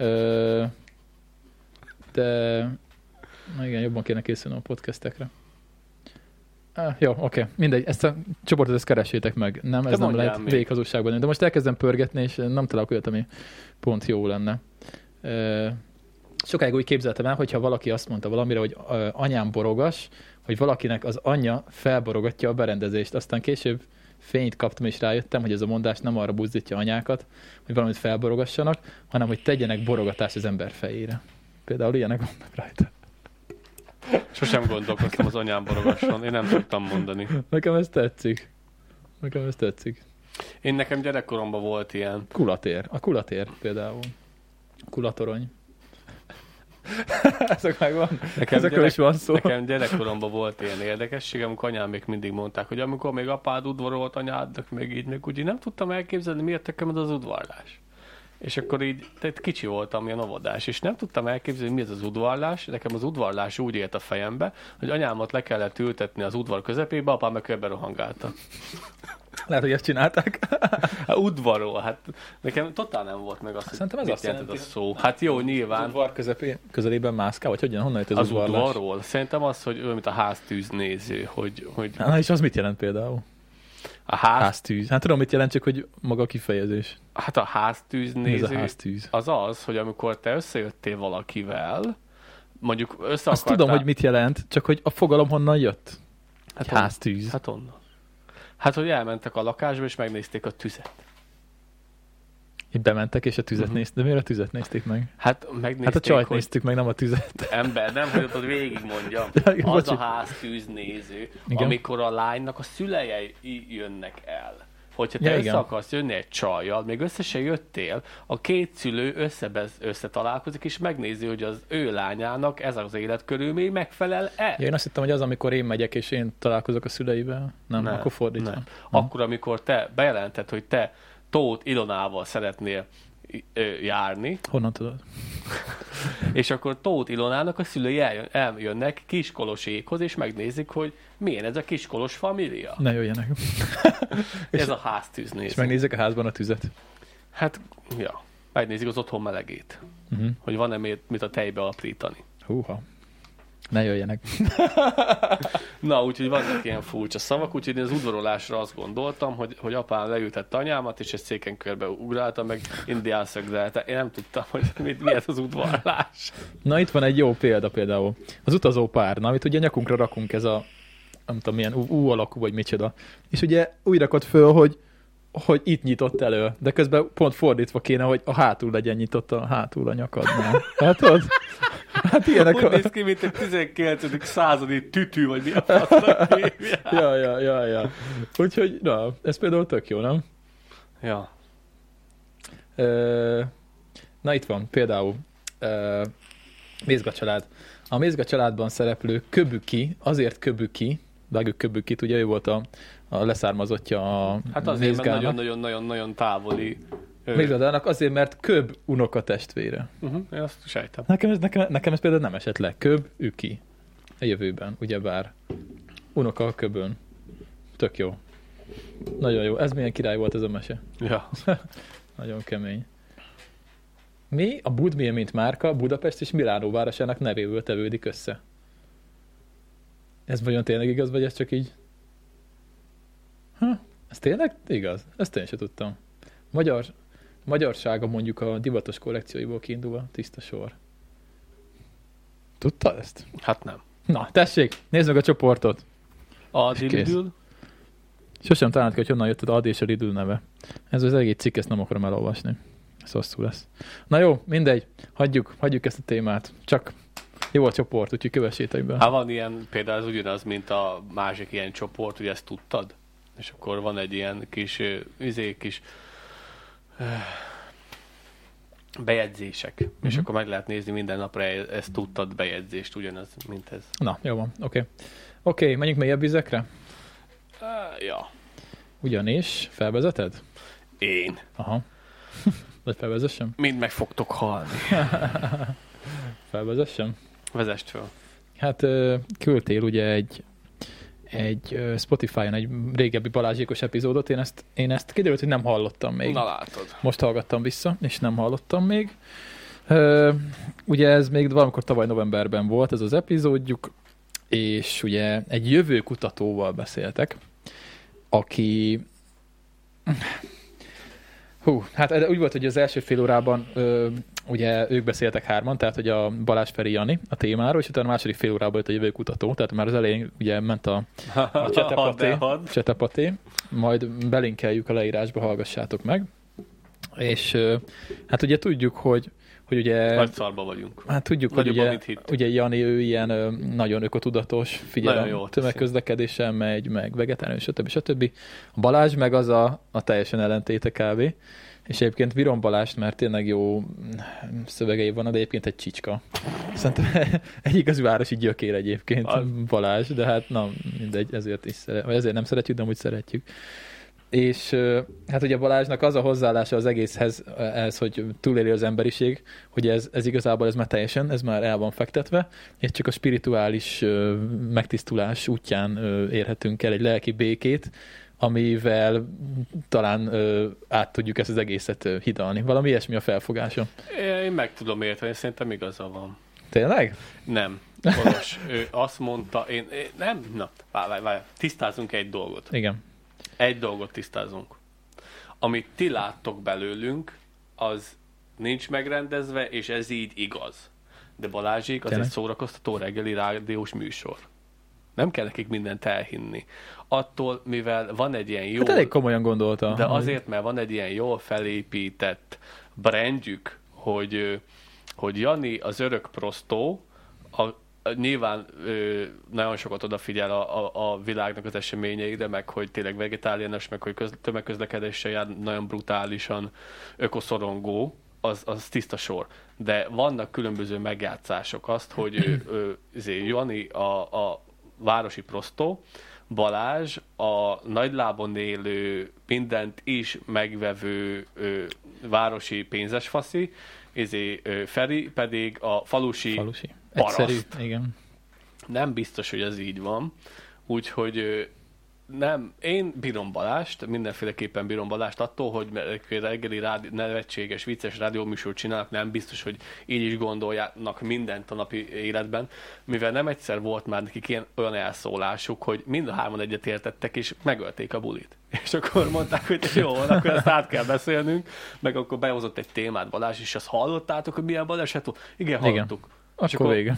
De igen, jobban kéne készülni a podcastekre. Jó, oké. Mindegy. Ezt a csoportot ezt keressétek meg. Nem, ez nem lehet véghazugságban. De most elkezdem pörgetni, és nem találok olyat, ami pont jó lenne. Sokáig úgy képzeltem el, hogyha valaki azt mondta valamire, hogy anyám borogas, hogy valakinek az anyja felborogatja a berendezést. Aztán később fényt kaptam, és rájöttem, hogy ez a mondás nem arra buzdítja anyákat, hogy valamit felborogassanak, hanem hogy tegyenek borogatást az ember fejére. Például ilyenek vannak rajta. Sosem gondolkoztam az anyám borogasson. Én nem tudtam mondani. Nekem ez tetszik. Nekem gyerekkoromban volt ilyen. Kulatér. A kulatér például. Kulatorony. Ezek megvan. Ezekről is van szó. Nekem gyerekkoromban volt ilyen érdekesség, amikor anyám még mindig mondták, hogy amikor még apád udvarolt anyádnak, még így, meg úgy nem tudtam elképzelni, miért nekem az udvarlás. És akkor így, tehát kicsi voltam, ilyen óvodás, és nem tudtam elképzelni, mi ez az udvarlás. Nekem az udvarlás úgy élt a fejembe, hogy anyámat le kellett ültetni az udvar közepébe, apám meg körbe rohangálta. Lehet, hogy ezt csinálták. Hát udvarol, hát nekem totál nem volt meg azt, hogy mit jelent a szó. Hát jó, nyilván. Az udvar közelében mászkál, vagy hogyan? Honnan jött ez az udvarlás? Az udvarról. Szerintem az, hogy olyan, mint a háztűz néző, hogy... Na és az mit jelent például? A háztűz. Hát tudom, mit jelent, csak hogy maga a kifejezés. Hát a háztűz néző ez a háztűz? Az, hogy amikor te összejöttél valakivel, mondjuk össze azt tudom, hogy mit jelent, csak hogy a fogalom honnan jött. Hát háztűz. Hát onnan. Hát, hogy elmentek a lakásba, és megnézték a tüzet. Így bementek, és a tüzet nézték. De miért a tüzet nézték meg? Hát megnézték, hát a csajt néztük meg, nem a tüzet. Ember, nem hagyatod végig mondjam. Az a háztűznéző, amikor a lánynak a szülei jönnek el. Hogyha te össze akarsz jönni egy csajjal, még össze se jöttél, a két szülő összetalálkozik, és megnézi, hogy az ő lányának ez az életkörülmény megfelel-e. Ja, én azt hittem, hogy az, amikor én megyek, és én találkozok a szüleivel. Nem, akkor fordítva. Nem. Akkor, amikor te bejelented, hogy te Tóth Ilonával szeretnél járni. Honnan tudod? És akkor Tóth Ilonának a szülei eljönnek Kiskolosékhoz, és megnézik, hogy milyen ez a kiskolos família. Ne jöjjenek. Ez a háztűznéző. És megnézik a házban a tüzet. Hát, ja. Megnézik az otthon melegét. Hogy van-e mit a tejbe aprítani. Húha. Ne jöjjenek. Na, úgyhogy vannak ilyen furcsa szavak, úgyhogy én az udvarolásra azt gondoltam, hogy apám leültette anyámat, és egy széken körbe ugrálta, meg indián szöglelte. Én nem tudtam, hogy mi ez az udvarlás. Na, itt van egy jó példa például. Az utazó pár, na, amit ugye nyakunkra rakunk, ez a nem tudom milyen U alakú, vagy micsoda. És ugye úgy rakott föl, hogy itt nyitott elő, de közben pont fordítva kéne, hogy a hátul legyen nyitott a hátul a nyakadnál. Látod? Hát ilyenek úgy néz ki, mint egy 19. századi tütű, vagy mi a fasznak hívják. Ja. Úgyhogy, na, ez például tök jó, nem? Ja. Na, itt van például Mézga család. A Mézga családban szereplő Köbüki, azért Köbüki, vágjuk Köbükit, ugye ő volt a leszármazottja a hát azért, mert nagyon-nagyon távoli. Mézgadának azért, mert Köb unoka testvére. Én azt sejtem. Nekem ez például nem esett le. Köb, Üki. A jövőben, ugyebár. Unoka a Köbön. Tök jó. Nagyon jó. Ez milyen király volt ez a mese. Ja. Nagyon kemény. Mi a Budmir, mint márka, Budapest és Milánó városának nevéből tevődik össze. Ez vajon tényleg igaz, vagy ez csak így? Ez tényleg igaz? Ezt én sem tudtam. Magyarsága mondjuk a divatos kollekcióiból kiindulva tiszta sor. Tudta ezt? Hát nem. Na, tessék, nézd meg a csoportot. Adi Lidl. Sosem találnak, hogy honnan jött az Adi és a Lidl neve. Ez az egész cikk, ezt nem akarom elolvasni. Ez hosszú lesz. Na jó, mindegy. Hagyjuk ezt a témát. Csak jó a csoport, úgyhogy kövessétek be. Hát van ilyen, például ez ugyanaz, mint a másik ilyen csoport, hogy ezt tudtad? És akkor van egy ilyen kis bejegyzések. És akkor meg lehet nézni minden napra ezt tudtad bejegyzést, ugyanaz, mint ez. Na, jó van, oké, menjünk mélyebb vizekre? Ja. Ugyanis, felvezeted? Én. Aha. Vagy felvezessem? Mind meg fogtok halni. Felvezessem? Vezest föl. Hát küldtél ugye egy Spotify-on egy régebbi Balázsékos epizódot, én ezt kiderült, hogy nem hallottam még. Na látod. Most hallgattam vissza, és nem hallottam még. Ugye ez még valamikor tavaly novemberben volt ez az epizódjuk, és ugye egy jövőkutatóval beszéltek, aki Hát úgy volt, hogy az első fél órában ugye ők beszéltek hárman, tehát hogy a Balázs, Feri, Jani a témáról, és utána a második fél órában jött a jövőkutató, tehát már az elején ugye ment a csetepaté, majd belinkeljük a leírásba, hallgassátok meg. És hát ugye tudjuk, hogy ugye... Nagy szarba vagyunk. Hát tudjuk, hogy ugye Jani ő ilyen nagyon ökotudatos, figyel a tömegközlekedéssel megy, meg vegetáriánus, stb. A Balázs meg az a teljesen ellentéte kb. És egyébként Viron Balást, mert tényleg jó szövegei van, de egyébként egy csicska. Szerintem egy igazi városi gyökér egyébként Balázs, de hát na, mindegy, ezért nem szeretjük, de amúgy szeretjük. És hát ugye Balázsnak az a hozzáállása az egészhez, ez, hogy túléli az emberiség, hogy ez igazából ez már teljesen, ez már el van fektetve, és csak a spirituális megtisztulás útján érhetünk el egy lelki békét, amivel talán át tudjuk ezt az egészet hidalni. Valami ilyesmi a felfogása. Én meg tudom érteni, szerintem igaza van. Tényleg? Nem. Kolos. Ő azt mondta, nem, na, várj, tisztázunk egy dolgot. Igen. Egy dolgot tisztázunk. Amit ti láttok belőlünk, az nincs megrendezve, és ez így igaz. De Balázsék az egy szórakoztató reggeli rádiós műsor. Nem kell nekik mindent elhinni. Attól, mivel van egy ilyen jó... Hát elég komolyan gondolta. De azért, mert van egy ilyen jól felépített brandjük, hogy Jani az örök prostó, nyilván nagyon sokat odafigyel a világnak az eseményeire, meg hogy tényleg vegetáriánus, meg hogy tömegközlekedéssel jár, nagyon brutálisan ökoszorongó, az tiszta sor. De vannak különböző megjátszások azt, hogy Jani a városi prostó, Balázs a nagylábon élő, mindent is megvevő városi pénzesfaszi, Feri pedig a falusi paraszt. Egyszerű, igen. Nem biztos, hogy ez így van. Úgyhogy nem, én bírom Balást, mindenféleképpen bírom Balást attól, hogy reggeli nevetséges, vicces rádióműsort csinálnak, nem biztos, hogy így is gondolják mindent a napi életben, mivel nem egyszer volt már nekik olyan elszólásuk, hogy mind a hárman egyetértettek, és megölték a bulit. És akkor mondták, hogy jó, akkor ezt át kell beszélnünk, meg akkor behozott egy témát Balázs, és azt hallottátok, hogy milyen baleset volt? Igen, hallottuk. Akkor vége.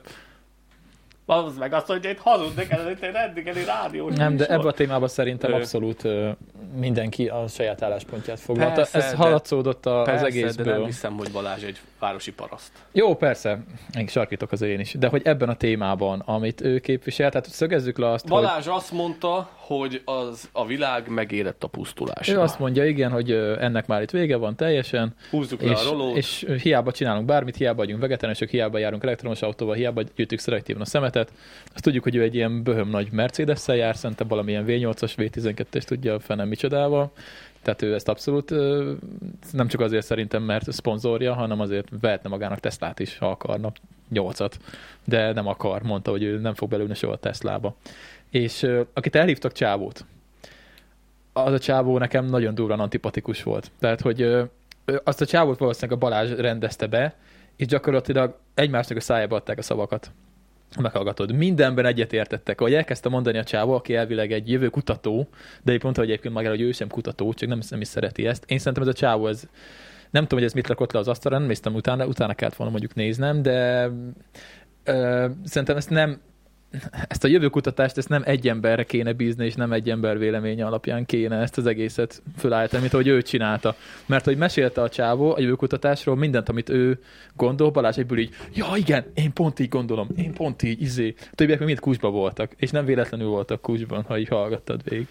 Az meg azt mondja, hogy hazudnék, ez egy reggeli rádiós. Nem, de ebben a témában szerintem abszolút mindenki a saját álláspontját foglalta. Persze, ez hallatszódott az egészből. De nem hiszem, hogy Balázs egy városi paraszt. Jó, persze, én sarkítok az én is. De hogy ebben a témában, amit ő képvisel, tehát szögezzük le azt, Balázs azt mondta, hogy a világ megérett a pusztulásra. Ő azt mondja, igen, hogy ennek már itt vége van teljesen. Húzzuk le a rolót. És hiába csinálunk bármit, hiába vagyunk vegetáriánusok, hiába járunk elektromos autóval, hiába gyűjtjük szelektíven a szemetet. Azt tudjuk, hogy ő egy ilyen böhöm nagy Mercedes-szel jár, szerintem valamilyen V8-as, V12-es tudja a fenem micsodával. Tehát ő ezt abszolút nem csak azért szerintem, mert szponzorja, hanem azért vehetne magának Teslát is, ha akarna 8-at. De nem akar, mondta, hogy ő nem fog belülni soha a Teslába. És akit elhívtak, Csávót. Az a Csávó nekem nagyon durran antipatikus volt. Tehát, hogy azt a Csávót valószínűleg a Balázs rendezte be, és gyakorlatilag egymásnak a szájába adták a szavakat. Meghallgatod. Mindenben egyetértettek. Ahogy elkezdte mondani a Csávó, aki elvileg egy jövő kutató, de épp mondta, hogy egyébként magára, hogy ő sem kutató, csak nem is szereti ezt. Én szerintem ez a Csávó, nem tudom, hogy ez mit rakott le az asztalra, nem néztem utána kellett volna mondjuk néznem, de szerintem ezt a jövőkutatást ezt nem egy emberre kéne bízni, és nem egy ember véleménye alapján kéne ezt az egészet fölállítani, mint ahogy ő csinálta. Mert hogy mesélte a Csávó a jövőkutatásról mindent, amit ő gondol, Balázs egyből így, ja igen, én pont így gondolom, én pont így, többiek még mind kúsba voltak, és nem véletlenül voltak kúsban, ha így hallgattad végig.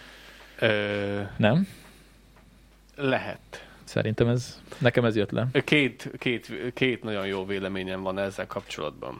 Nem? Lehet. Szerintem nekem ez jött le. Két nagyon jó véleményem van ezzel kapcsolatban.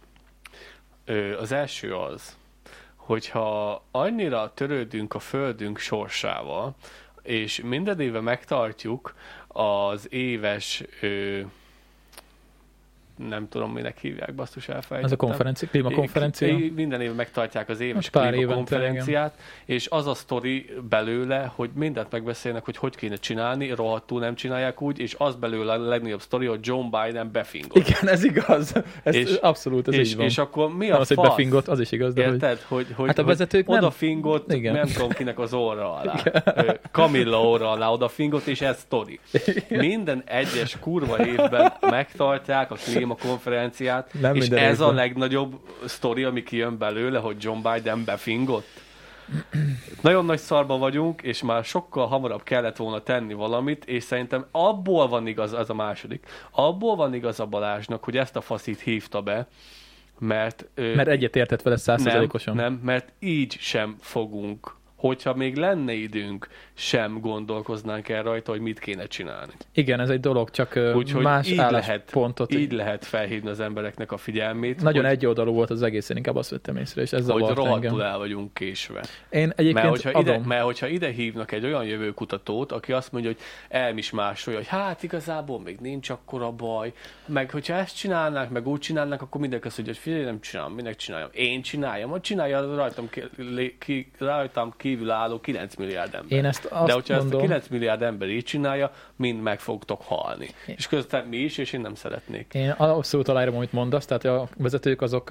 Az első az, hogyha annyira törődünk a földünk sorsával, és minden éve megtartjuk az éves nem tudom, minek hívják, basszus, elfelejtettem. Ez a konferencia, klímakonferencia? Minden évben megtartják az éves pár klímakonferenciát, és az a sztori belőle, hogy mindent megbeszélnek, hogy kéne csinálni, rohadtul nem csinálják úgy, és az belőle a legnagyobb sztori, hogy John Biden befingott. Igen, ez igaz. Ez abszolút, ez így van. És akkor mi a fasz? Hogy befingott, az is igaz. De érted? Hogy hát a vezetők nem... Odafingott, nem tudom kinek az orra alá. Camilla orra alá odafingott, és ez sztori. Minden egyes kurva évben megtartják a klímakonferenciát, és ez a legnagyobb sztori, ami kijön belőle, hogy John Biden befingott. Nagyon nagy szarba vagyunk, és már sokkal hamarabb kellett volna tenni valamit, és szerintem abból van igaz, ez a második, abból van igaz a Balázsnak, hogy ezt a faszit hívta be, mert egyetértett vele 100%-osan. Nem, mert így sem fogunk, hogyha még lenne időnk, sem gondolkoznánk el rajta, hogy mit kéne csinálni. Igen, ez egy dolog, csak más álláspontot. Így lehet felhívni az embereknek a figyelmét. Nagyon egyoldalú volt az egész, én inkább azt vettem észre, és ez zavart engem. Hogy rohadtul el vagyunk késve. Én egyébként mert hogyha ide hívnak egy olyan jövőkutatót, aki azt mondja, hogy elmismásolja, hogy hát igazából még nincs akkora baj, meg hogyha ezt csinálnák, meg úgy csinálnák, akkor mindenki azt mondja, hogy figyelj, nem csinálom, minek csináljam? Én csináljam, hogy csinálja rajtam kívül álló 9 milliárd ember. De hogyha ezt a 9 milliárd ember így csinálja, mind meg fogtok halni. És közben mi is, és én nem szeretnék. Én abszolút aláírom, amit mondasz, tehát a vezetők azok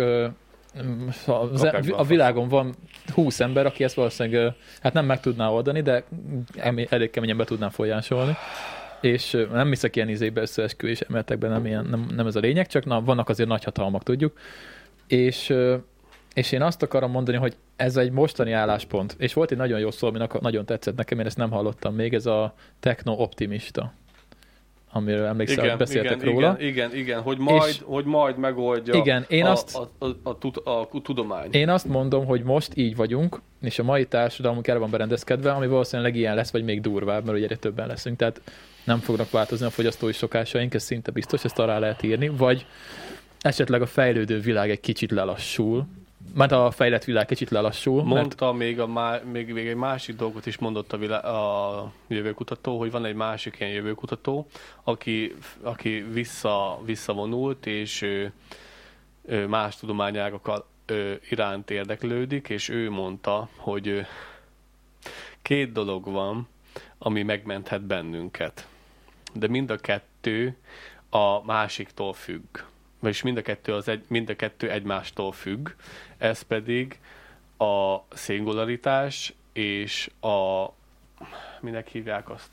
a világon van 20 ember, aki ezt valószínűleg hát nem meg tudná oldani, de elég keményen be tudná folyásolni. És nem hiszek ilyen izébe összeesküvés emeltekben, nem ez a lényeg, csak vannak azért nagy hatalmak, tudjuk. És én azt akarom mondani, hogy ez egy mostani álláspont. És volt egy nagyon jó szó, ami nagyon tetszett nekem, én ezt nem hallottam még, ez a techno-optimista, amiről emlékszel, hogy beszéltek róla. Igen, hogy majd megoldja a tudomány. Én azt mondom, hogy most így vagyunk, és a mai társadalmunk erre van berendezkedve, ami valószínűleg ilyen lesz, vagy még durvább, mert ugye egyre többen leszünk, tehát nem fognak változni a fogyasztói szokásaink, ez szinte biztos, ezt arra lehet írni, vagy esetleg a fejlődő világ egy kicsit lelassul, mert a fejlett világ kicsit lelassul. Mondta még egy másik dolgot is mondott a jövőkutató, hogy van egy másik ilyen jövőkutató, aki visszavonult, és más tudományágak iránt érdeklődik, és ő mondta, hogy 2 dolog van, ami megmenthet bennünket. De mind a kettő a másiktól függ. Vagyis mind a kettő egymástól függ. Ez pedig a szingularitás és minek hívják azt?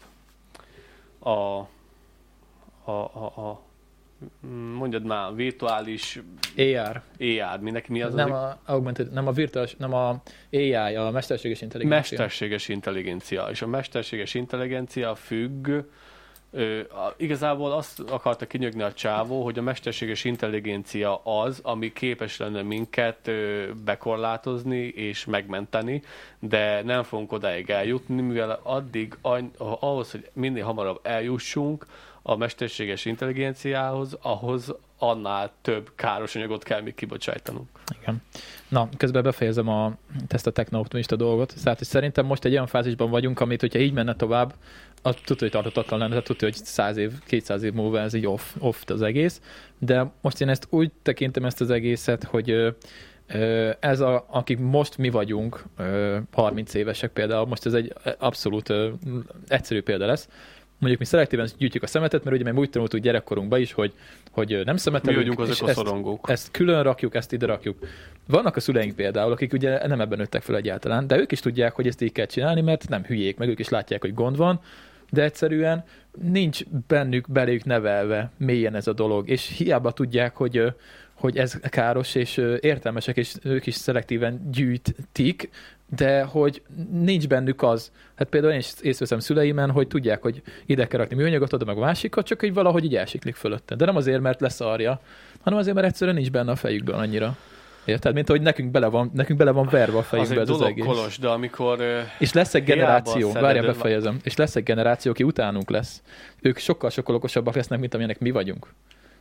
Mondjad már, virtuális... AR. Mi az? Nem a augmented, nem a virtuális, nem a AI, a mesterséges intelligencia. Mesterséges intelligencia. És a mesterséges intelligencia függ... Igazából azt akarta kinyögni a csávó, hogy a mesterséges intelligencia az, ami képes lenne minket bekorlátozni és megmenteni, de nem fogunk odáig eljutni, mivel ahhoz, hogy minél hamarabb eljussunk a mesterséges intelligenciához, ahhoz annál több káros anyagot kell még kibocsájtanunk. Igen. Na, közben befejezem ezt a techno-optimista dolgot. Tehát szerintem most egy olyan fázisban vagyunk, amit, hogyha így menne tovább, az tudja, hogy tarthatatlan lenne, tehát tudja, hogy 100 év, 200 év múlva ez így off az egész. De most én ezt úgy tekintem ezt az egészet, hogy akik most mi vagyunk, 30 évesek például, most ez egy abszolút egyszerű példa lesz. Mondjuk mi szelektíven gyűjtjük a szemetet, mert ugye mi úgy tanultuk gyerekkorunkban is, hogy nem szemetelünk, mi vagyunk azok a szorongók. Ezt külön rakjuk, ezt ide rakjuk. Vannak a szüleink például, akik ugye nem ebben nőttek fel egyáltalán, de ők is tudják, hogy ezt így kell csinálni, mert nem hülyék, meg ők is látják, hogy gond van, de egyszerűen nincs beléjük nevelve mélyen ez a dolog, és hiába tudják, hogy ez káros, és értelmesek, és ők is szelektíven gyűjtik, de hogy nincs bennük az. Hát például én is észreveszem szüleimen, hogy tudják, hogy ide kell rakni műanyagot, oda meg a másikat, csak hogy valahogy így elsiklik fölötte. De nem azért, mert leszarja, hanem azért, mert egyszerűen nincs benne a fejükben annyira. Érted? Mint hogy nekünk bele van verve a fejünkbe ez az egész. Kolos, de amikor... És lesz egy generáció, várjál, befejezem, és lesz egy generáció, aki utánunk lesz. Ők sokkal okosabbak lesznek, mint amilyenek mi vagyunk.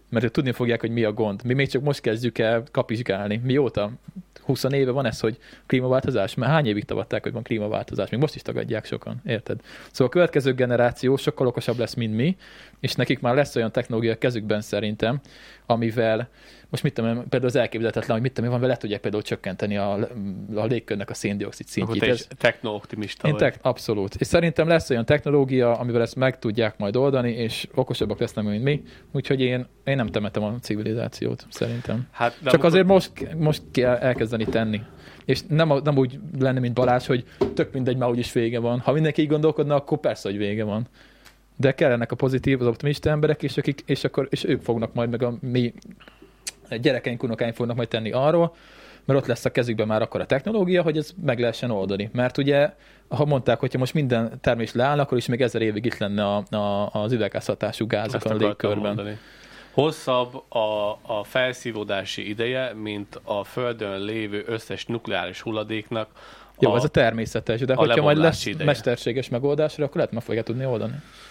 mert ők tudni fogják, hogy mi a gond. Mi még csak most kezdjük el kapizsgálni. Mióta? 20 éve van ez, hogy klímaváltozás? Már hány évig tagadták, hogy van klímaváltozás? Még most is tagadják sokan, érted? Szóval a következő generáció sokkal okosabb lesz, mint mi, és nekik már lesz olyan technológia a kezükben szerintem, amivel most mit tudom, például az elképzelhetetlen, hogy mit tudom, van, le tudják például csökkenteni a légkörnek a szén-dioxid szintjét. Akkor te is techno-optimista vagy. Abszolút. És szerintem lesz olyan technológia, amivel ezt meg tudják majd oldani, és okosabbak lesznek, mint mi. Úgyhogy én nem temetem a civilizációt, szerintem. Hát, csak azért most kell elkezdeni tenni. És nem úgy lenne, mint Balázs, hogy tök mindegy, már úgyis vége van. Ha mindenki így gondolkodna, akkor persze, hogy vége van. De kellenek a pozitív, az optimista emberek, és ők fognak majd meg a mi gyerekeink, unokáink fognak majd tenni arról, mert ott lesz a kezükben már akkor a technológia, hogy ez meg lehessen oldani. Mert ugye, ha mondták, hogyha most minden termés leáll, akkor is még 1000 évig itt lenne az üvegházhatású gázok a légkörben. Mondani. Hosszabb a felszívódási ideje, mint a Földön lévő összes nukleáris hulladéknak. Jó, ez a természetes, de hogyha majd lesz ideje. Mesterséges megoldásra, akkor lehet meg fogja tudni oldani.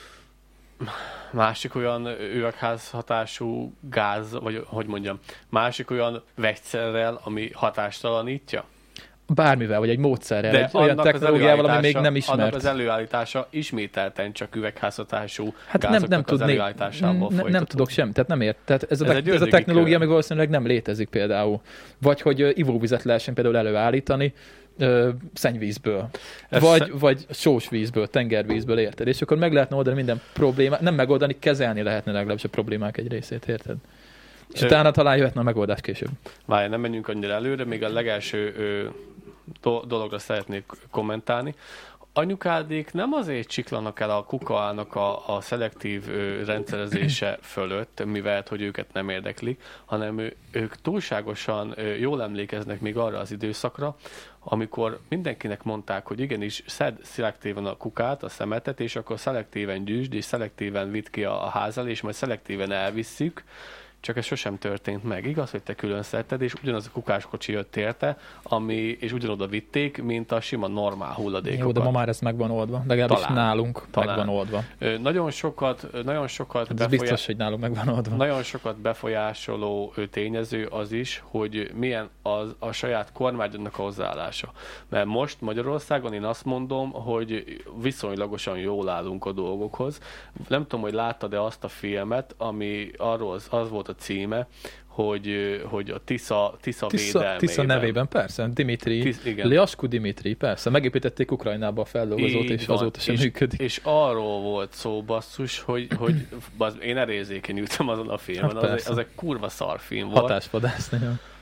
Másik olyan üvegházhatású gáz, vagy hogy mondjam, másik olyan vegyszerrel, ami hatástalanítja? Bármivel, vagy egy módszerrel, egy olyan technológiával, ami még nem ismert. Annak az előállítása ismételten csak üvegházhatású gázoknak az előállításából folytatódik. Nem tudok semmit, tehát nem ért. Tehát ez a technológia még valószínűleg nem létezik például. Vagy hogy ivóvizet lehessen például előállítani, szennyvízből, vagy sós vízből, tengervízből, érted? És akkor meg lehetne oldani minden problémát, nem megoldani, kezelni lehetne legalábbis a problémák egy részét, érted? És utána talán jöhetne a megoldás később. Várj, nem menjünk annyira előre, még a legelső dologra szeretnék kommentálni. Anyukádék nem azért csiklanak el a kukaának a szelektív rendszerezése fölött, mivel hogy őket nem érdeklik, hanem ők túlságosan jól emlékeznek még arra az időszakra, amikor mindenkinek mondták, hogy igenis szedd szelektíven a kukát, a szemetet, és akkor szelektíven gyűjtsd, és szelektíven vidd ki a ház elé, és majd szelektíven elvisszük, csak ez sosem történt meg. Igaz, hogy te külön szedted, és ugyanaz a kukáskocsi jött érte, és ugyanoda vitték, mint a sima normál hulladékokat. Jó, de ma már ez meg van oldva. Legalábbis nálunk meg van oldva. Nagyon sokat biztos, hogy nálunk meg van oldva. Nagyon sokat befolyásoló tényező az is, hogy milyen a saját kormányodnak a hozzáállása. Mert most Magyarországon én azt mondom, hogy viszonylagosan jól állunk a dolgokhoz. Nem tudom, hogy láttad-e azt a filmet, ami arról az volt a címe, hogy a Tisza védelmében. Tisza nevében, persze. Liasku Dimitri, persze. Megépítették Ukrajnába a fellógozót, és azóta sem működik. És arról volt szó, basszus, hogy én elérzékenyültem azon a filmen. Hát az egy kurva szar film volt. Hatásvadászni.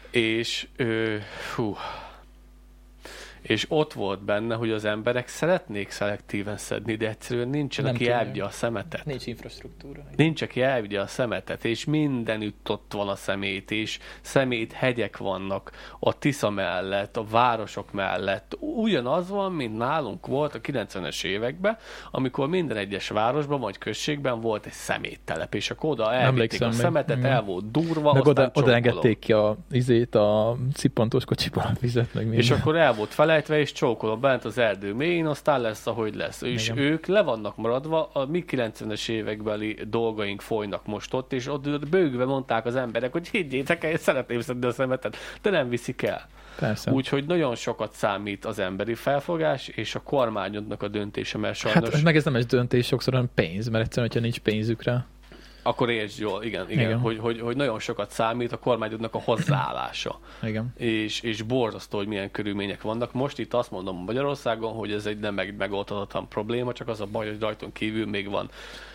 És ott volt benne, hogy az emberek szeretnék szelektíven szedni, de egyszerűen nincsen, aki elvigye a szemetet. Nincs infrastruktúra. Nincs, aki elvigye a szemetet, és mindenütt ott van a szemét, és szeméthegyek vannak a Tisza mellett, a városok mellett. Ugyanaz van, mint nálunk volt a 90-es években, amikor minden egyes városban vagy községben volt egy szeméttelep, és akkor oda elvitték a szemetet, el volt durva, meg oda engedték ki a cippantós kocsiból a vizet, meg minden. És akkor el volt felejtve, és csókolom bent az erdő mélyén, aztán lesz, ahogy lesz. És ők le vannak maradva, a mi 90-es évekbeli dolgaink folynak most ott, és ott bőgve mondták az emberek, hogy higgyétek el, én szeretném szedni a szemetet, de nem viszik el. Úgyhogy nagyon sokat számít az emberi felfogás, és a kormányodnak a döntése, mert sajnos... Hát meg ez nem egy döntés, sokszor hanem pénz, mert egyszerűen, hogyha nincs pénzük rá. Akkor értsd jól, igen. Hogy nagyon sokat számít a kormányodnak a hozzáállása. Igen. És borzasztó, hogy milyen körülmények vannak. Most itt azt mondom Magyarországon, hogy ez egy nem megoldhatatlan probléma, csak az a baj, hogy rajton kívül még van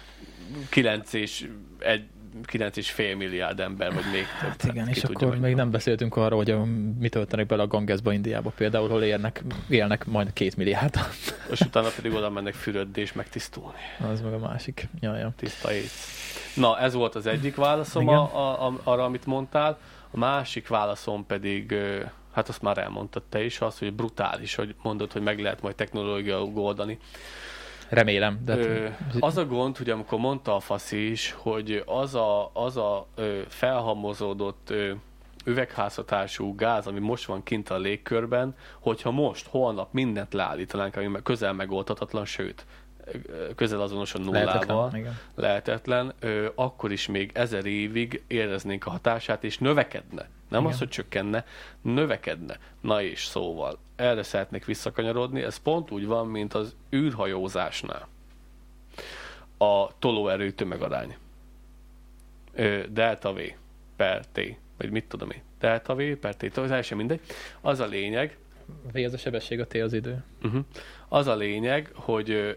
9,5 milliárd ember, vagy még több. Hát igen, és akkor még nem beszéltünk arról, hogy mit töltenek bele a Gangesba, Indiába például, hol élnek majd 2 milliárdan. És utána pedig oda mennek fürödni és megtisztulni. Az meg a másik. Jaja. Tiszta ész. Na, ez volt az egyik válaszom arra, amit mondtál. A másik válaszom pedig, hát azt már elmondtad te is, az, hogy brutális, hogy mondod, hogy meg lehet majd technológia oldani. Remélem. De az a gond, hogy amikor mondta a Faszi is, hogy az a felhalmozódott üvegházhatású gáz, ami most van kint a légkörben, hogyha most, holnap mindent leállítanánk, ami közel megoldhatatlan, sőt, közel azonos a nullával, lehetetlen, akkor is még 1000 évig éreznénk a hatását, és növekedne. Nem igen. az, hogy csökkenne, növekedne. Na és szóval, erre szeretnék visszakanyarodni, ez pont úgy van, mint az űrhajózásnál. A tolóerő tömegarány. Delta V per T, vagy mit tudom én. Delta V per T, teljesen mindegy. Az a lényeg, V az a sebesség, a T az idő. Az a lényeg, hogy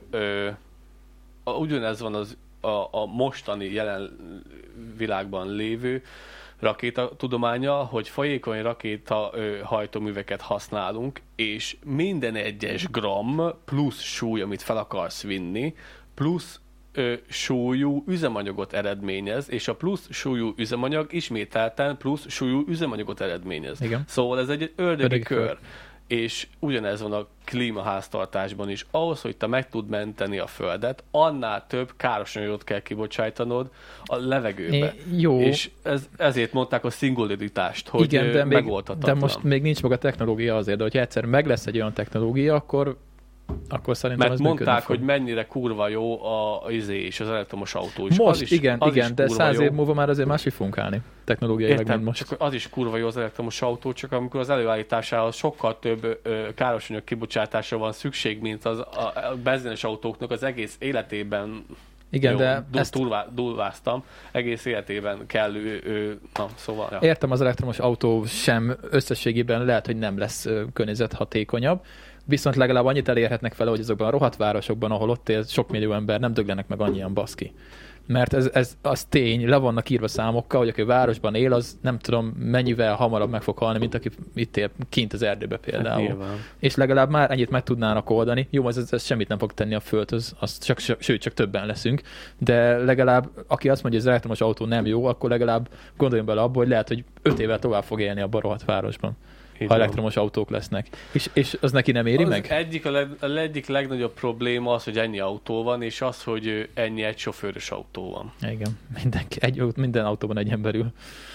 ugyanez van a mostani jelen világban lévő rakétatudománya, hogy folyékony rakéta hajtóműveket használunk, és minden egyes gram plusz súly, amit fel akarsz vinni, plusz súlyú üzemanyagot eredményez, és a plusz súlyú üzemanyag ismételten plusz súlyú üzemanyagot eredményez. Igen. Szóval ez egy ördögi kör. És ugyanez van a klímaháztartásban is. Ahhoz, hogy te meg tud menteni a Földet, annál több káros anyagot kell kibocsájtanod a levegőbe. Jó. És ezért mondták a szingularitást, hogy igen, de megoldhatatlan. De most még nincs meg a technológia azért, de hogyha egyszer meg lesz egy olyan technológia, akkor szerintem mert mondták, hogy mennyire kurva jó és az elektromos autó is. Most, igen, de 100 év múlva már azért máshogy fogunk állni technológiailag, mint most. Csak az is kurva jó az elektromos autó, csak amikor az előállításához sokkal több károsanyag kibocsátásra van szükség, mint a benzines autóknak az egész életében. Igen, jó, de dulváztam, egész életében kell szóval. Ja. Értem, az elektromos autó sem összességében lehet, hogy nem lesz környezethatékonyabb, viszont legalább annyit elérhetnek vele, hogy azokban a rohadt városokban, ahol ott él sok millió ember, nem döglenek meg annyian, baszki. Mert ez az tény, le vannak írva számokkal, hogy aki a városban él, az nem tudom mennyivel hamarabb meg fog halni, mint aki itt él kint az erdőbe például. Nyilván. És legalább már ennyit meg tudnának oldani. Jó, ez semmit nem fog tenni a Földhöz, sőt, csak többen leszünk, de legalább aki azt mondja, hogy az elektromos autó nem jó, akkor legalább gondoljon bele abba, hogy lehet, hogy 5 évvel tovább fog élni abban a rohadt városban. Ha elektromos autók lesznek. És az neki nem éri meg? Egyik legnagyobb probléma az, hogy ennyi autó van, és az, hogy ennyi egy sofőrös autó van. Igen, minden autóban egy emberül.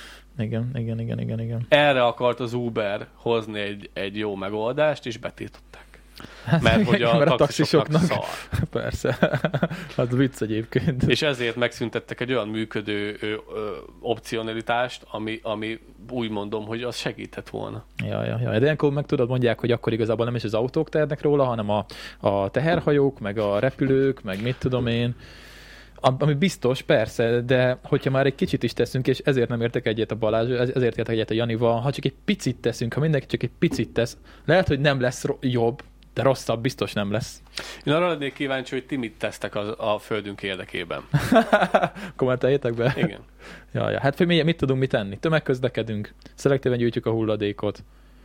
Igen. Erre akart az Uber hozni egy jó megoldást, és betiltották. Mert hogy a taxisoknak szar. Persze. Az vicc egyébként. És ezért megszüntettek egy olyan működő opcionalitást, ami úgy mondom, hogy az segített volna. Ja. De ilyenkor meg tudod, mondják, hogy akkor igazából nem is az autók tehetnek róla, hanem a teherhajók, meg a repülők, meg mit tudom én. Ami biztos, persze, de hogyha már egy kicsit is teszünk, és ezért nem értek egyet a Balázs, ezért értek egyet a Janival, ha csak egy picit teszünk, ha mindenki csak egy picit tesz, lehet, hogy nem lesz jobb, de rosszabb biztos nem lesz. Én arra lennék kíváncsi, hogy ti mit tesztek a földünk érdekében. Kommenteljétek be? Igen. Ja. Hát mit tudunk mit tenni? Tömegközlekedünk, szelektíven gyűjtjük a hulladékot,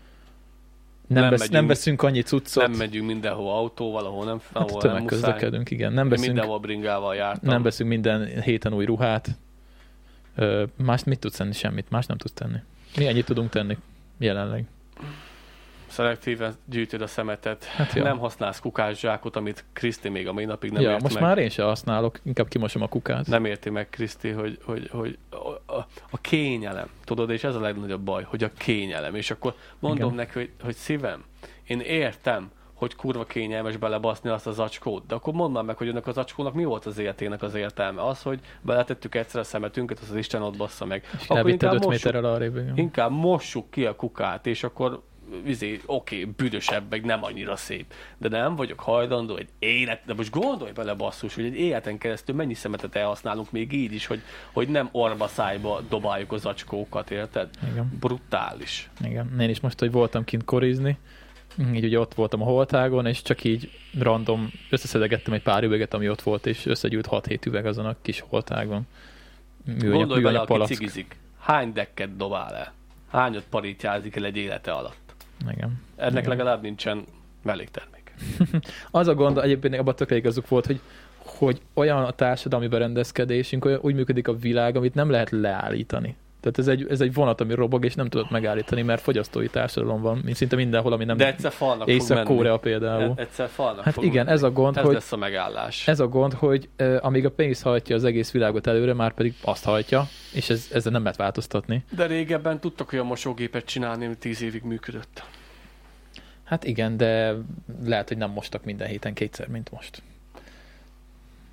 nem veszünk annyi cuccot. Nem megyünk mindenhol autóval, ahol nem tömegközlekedünk, igen. Nem veszünk, mindenhol bringával jártam. Nem veszünk minden héten új ruhát. Más mit tudsz tenni? Semmit. Más nem tudsz tenni. Mi ennyit tudunk tenni jelenleg? Szelektíven gyűjtöd a szemetet. Hát nem használsz kukászsákot, amit Kriszti még a mai napig nem ért most meg. Már én sem használok, inkább kimosom a kukát. Nem érti meg Kriszti, hogy a kényelem, tudod, és ez a legnagyobb baj, hogy a kényelem. És akkor mondom neki, hogy szívem, én értem, hogy kurva kényelmes belebaszni azt a zacskót, de akkor mondd már meg, hogy ennek a zacskónak mi volt az életének az értelme? Az, hogy beletettük egyszer a szemetünket, az Isten ott bassza meg. És elvitted 5 méterrel arrébb. Inkább mossuk ki a kukát, és akkor büdösebb, meg nem annyira szép. De nem vagyok hajlandó de most gondolj bele, basszus, hogy egy életen keresztül mennyi szemetet elhasználunk még így is, hogy nem orba szájba dobáljuk a zacskókat, érted? Igen. Brutális. Igen. Én is most, hogy voltam kint korizni, így ugye ott voltam a holtágon, és csak így random összeszedegettem egy pár üveget, ami ott volt, és összegyűlt 6-7 üveg azon a kis holtágon. Gondolj bele, aki cigizik. Hány dekket dobál el? Hányat parítjázik el egy élete alatt? Igen. Ennek legalább nincsen melléktermék. Az a gond, egyébként abban tökre igazuk volt, hogy olyan a társadalmi berendezkedésünk, úgy működik a világ, amit nem lehet leállítani. Tehát ez egy vonat, ami robog, és nem tudod megállítani, mert fogyasztói társadalom van, mint szinte mindenhol, ami nem... De egyszer falnak Észak-Korea például. Egyszer falnak hát igen, ez a gond, ez hogy... lesz a megállás. Ez a gond, hogy amíg a pénz hajtja az egész világot előre, már pedig azt hajtja, és ezzel nem lehet változtatni. De régebben tudtak olyan mosógépet csinálni, ami 10 évig működött. Hát igen, de lehet, hogy nem mostak minden héten 2-szer, mint most.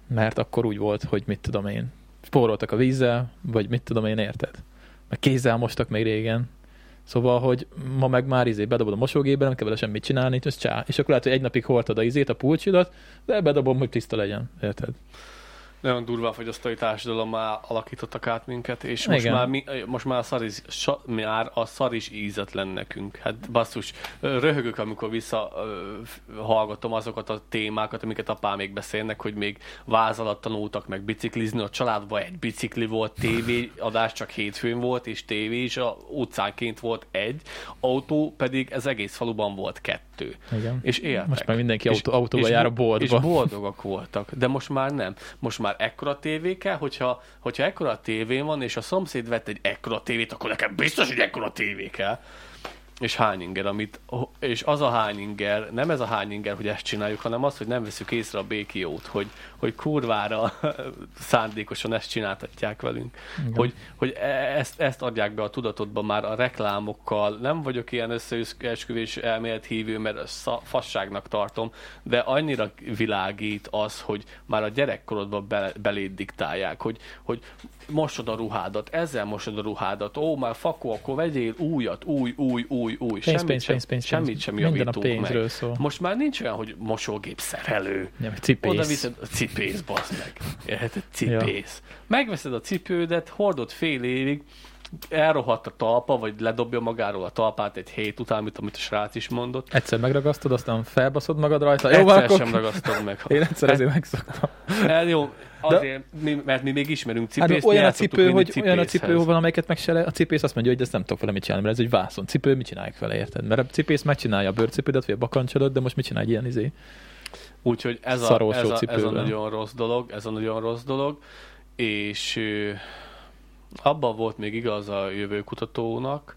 mert akkor úgy volt, hogy mit tudom én, spóroltak a vízzel, vagy mit tudom én, érted? Meg kézzel mostak még régen. Szóval, hogy ma meg már bedobod a mosógépbe, nem kell vele semmit csinálni, és csá. És akkor lehet, hogy egy napig hordtad a pulcsidat, de bedobom, hogy tiszta legyen, érted? Nagyon durván fogyasztói társadalommá alakítottak át minket, és most már a szar is ízetlen nekünk. Hát basszus, röhögök, amikor visszahallgatom azokat a témákat, amiket apámék beszélnek, hogy még váz alatt tanultak meg biciklizni, a családban egy bicikli volt, tévéadás csak hétfőn volt, és tévé is a utcánként volt egy, autó pedig ez egész faluban volt 2. Igen. És éltek. Most már mindenki autóval jár a boltba. És boldogak voltak, de most már nem. Most már ekkora tévé kell, hogyha ekkora tévé van, és a szomszéd vett egy ekkora tévét, akkor nekem biztos, hogy ekkora tévé kell. És hány inger, és az a hány inger, nem ez a hány inger, hogy ezt csináljuk, hanem az, hogy nem veszük észre a békiót, hogy kurvára szándékosan ezt csináltatják velünk. Hogy ezt adják be a tudatodba már a reklámokkal. Nem vagyok ilyen összeesküvés elmélet hívő, mert fasságnak tartom, de annyira világít az, hogy már a gyerekkorodban beléd diktálják, hogy mosod a ruhádat, ezzel mosod a ruhádat, már fakó, akkor vegyél újat, új. Semmit sem javítunk meg. Szól. Most már nincs olyan, hogy mosógép szerelő. Ja, cipész. Oda viszed a cipész, baszd meg. Érted? Cipész. Ja. Megveszed a cipődet, hordod fél évig, elrohadt a talpa, vagy ledobja magáról a talpát egy hét után, amit a srác is mondott. Egyszer megragasztod, aztán felbaszod magad rajta. Egyszer sem ragasztod meg. Én egyszer ezért megszoktam. Jó, azért, mert mi még ismerünk cipészt. Hát, olyan a cipő, valamelyiket megsele, a cipész azt mondja, hogy ezt nem tudok vele mit csinálni, mert ez egy vászon cipő, mit csinálják vele, érted? Mert a cipész megcsinálja a bőrcipődet, vagy a bakancsodat, de most mit csinál egy ilyen Úgyhogy ez a nagyon rossz dolog, és abban volt még igaz a jövőkutatónak,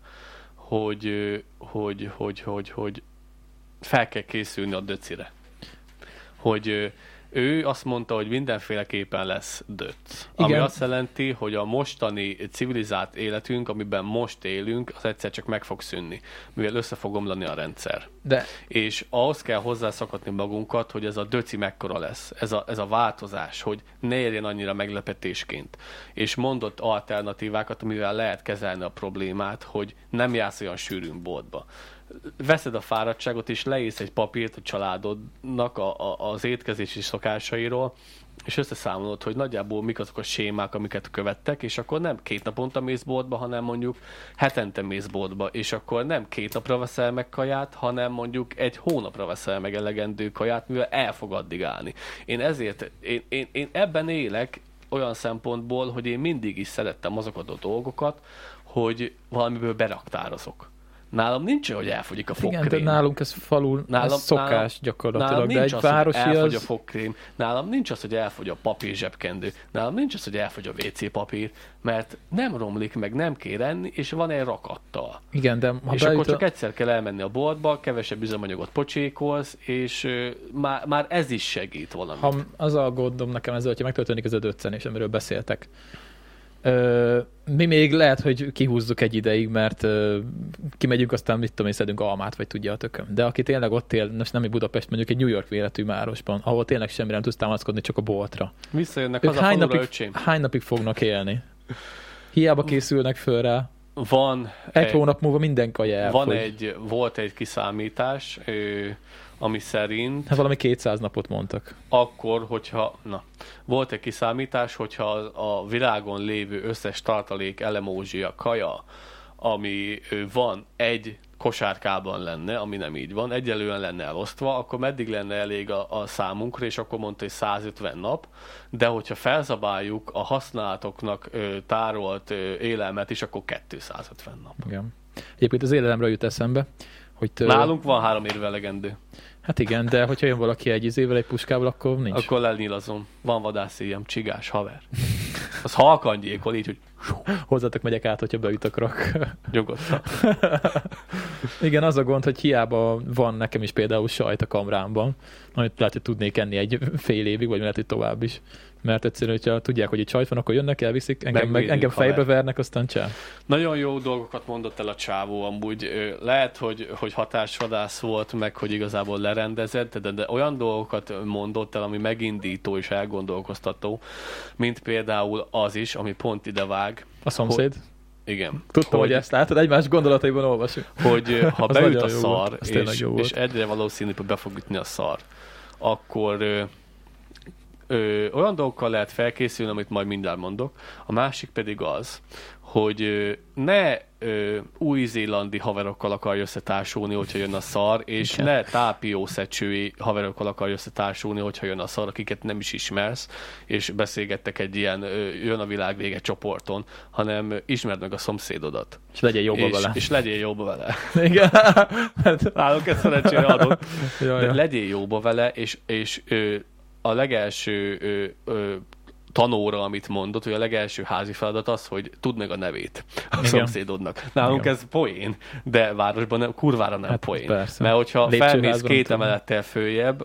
hogy fel kell készülni a döcire. Hogy ő azt mondta, hogy mindenféleképpen lesz döc. Ami azt jelenti, hogy a mostani civilizált életünk, amiben most élünk, az egyszer csak meg fog szűnni, mivel össze fog omlani a rendszer. És ahhoz kell hozzászokatni magunkat, hogy ez a döci mekkora lesz. Ez a változás, hogy ne érjen annyira meglepetésként. És mondott alternatívákat, amivel lehet kezelni a problémát, hogy nem jársz olyan sűrűn boltba. Veszed a fáradtságot, és leírsz egy papírt a családodnak az étkezési szokásairól, és összeszámolod, hogy nagyjából mik azok a sémák, amiket követtek, és akkor nem 2 naponta mész boltba, hanem mondjuk hetente mész boltba, és akkor nem 2 napra veszel meg kaját, hanem mondjuk 1 hónapra veszel meg elegendő kaját, mivel el fog addig állni. Én ebben élek olyan szempontból, hogy én mindig is szerettem azokat a dolgokat, hogy valamiből beraktározok. Nálam nincs olyan, hogy elfogyik a fogkrém. Igen, de nálunk ez falul, ez szokás gyakorlatilag, de egy városi az... elfogy a fogkrém. Nálam nincs az, hogy elfogy a papír zsebkendő. Nálam nincs az, hogy elfogy a WC papír, mert nem romlik meg, nem kér enni, és van egy rakattal. Igen, de... És akkor csak egyszer kell elmenni a boltba, kevesebb üzemanyagot pocsékolsz, és már ez is segít valamit. Az a gondom nekem ezzel, hogyha megtörténik ez a döccenés, amiről beszéltek. Mi még lehet, hogy kihúzzuk egy ideig, mert kimegyünk, aztán mit tudom én, szedünk almát, vagy tudja a tököm. De aki tényleg ott él, most nem egy Budapest, mondjuk egy New York méretű városban, ahol tényleg semmire nem tudsz támaszkodni, csak a boltra. Visszajönnek haza a falura, öcsém. Hány napig fognak élni? Hiába készülnek föl rá. Van egy hónap múlva minden kaja elfogy. Volt egy kiszámítás, ami szerint... Hát valami 200 napot mondtak. Akkor, volt egy kiszámítás, hogyha a világon lévő összes tartalék elemózsia kaja, ami van egy kosárkában lenne, ami nem így van, egyelően lenne elosztva, akkor meddig lenne elég a számunkra, és akkor mondta, hogy 150 nap, de hogyha felzabáljuk a használatoknak tárolt élelmet is, akkor 250 nap. Igen. Egyébként az élelemről jut eszembe, hogy... Nálunk van 3 érve elegendő. Hát igen, de hogyha jön valaki egy izével, egy puskával, akkor nincs. Akkor lelnyilazom. Van vadászéjem, csigás, haver. Az halkan gyékol, így, hogy... hozzátok megyek át, hogyha beütök rak. Nyugodtan. Igen, az a gond, hogy hiába van nekem is például sajt a kamrámban, amit lehet, hogy tudnék enni egy fél évig, vagy lehet, hogy tovább is. Mert egyszerűen, hogyha tudják, hogy itt sajt van, akkor jönnek, elviszik, engem fejbe vernek, aztán csá. Nagyon jó dolgokat mondott el a csávó amúgy. Lehet, hogy hatásvadász volt, meg hogy igazából lerendezett, de olyan dolgokat mondott el, ami megindító és elgondolkoztató, mint például az is, ami pont ide vág. A szomszéd? Igen. Tudtam, hogy ezt látod, egymás gondolataiban olvasjuk. Hogy ha beüt a szar, és egyre valószínűbb, hogy be fog ütni a szar, akkor olyan dolgokkal lehet felkészülni, amit majd mindjárt mondok. A másik pedig az, hogy ne új-zélandi haverokkal akarj összetársulni, hogyha jön a szar, és ne tápiószecsői haverokkal akarj összetársulni, hogyha jön a szar, akiket nem is ismersz, és beszélgettek egy ilyen jön a világ vége csoporton, hanem ismerd meg a szomszédodat. És legyél jobban vele. És legyél jobban vele. Igen. Nálunk ezt szerencsére adott. De legyél jobban vele, és a legelső tanóra, amit mondott, hogy a legelső házi feladat az, hogy tudd meg a nevét a szomszédodnak. Nálunk ez poén, de városban nem, kurvára nem poén. Persze. Mert hogyha felmész 2 emelettel följebb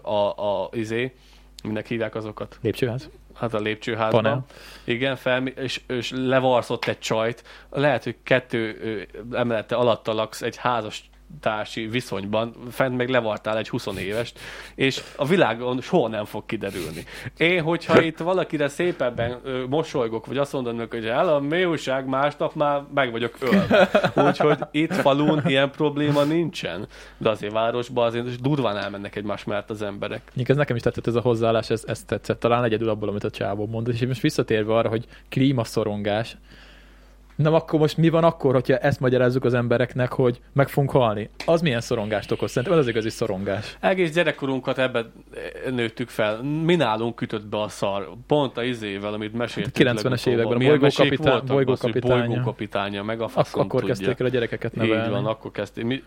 minek hívják azokat? Lépcsőház? Hát a lépcsőházban. Panel. Igen, és levarszott egy csajt. Lehet, hogy 2 emelete alatta laksz egy házas társi viszonyban, fent meg levartál egy 20 évest, és a világon soha nem fog kiderülni. Én, hogyha itt valakire szépebben mosolygok, vagy azt mondom, hogy el a mélyúság, másnap már meg vagyok ölve. Úgyhogy itt falun ilyen probléma nincsen. De azért városban azért durván elmennek egymás mellett az emberek. Ez nekem is tetszett ez a hozzáállás, ez tetszett. Talán egyedül abból, amit a csávó mondott. És most visszatérve arra, hogy klímaszorongás, nem, akkor most mi van akkor, hogyha ezt magyarázzuk az embereknek, hogy meg fogunk halni? Az milyen szorongást okoz? Szerintem ez az igazi szorongás. Egész gyerekkorunkat ebben nőttük fel. Mi nálunk ütött be a szar. Pont a izével, amit meséltünk. 90-es években a bolygókapitánya, meg a faszom akkor tudja. Kezdték el a gyerekeket nevelni. Így van, akkor kezdték.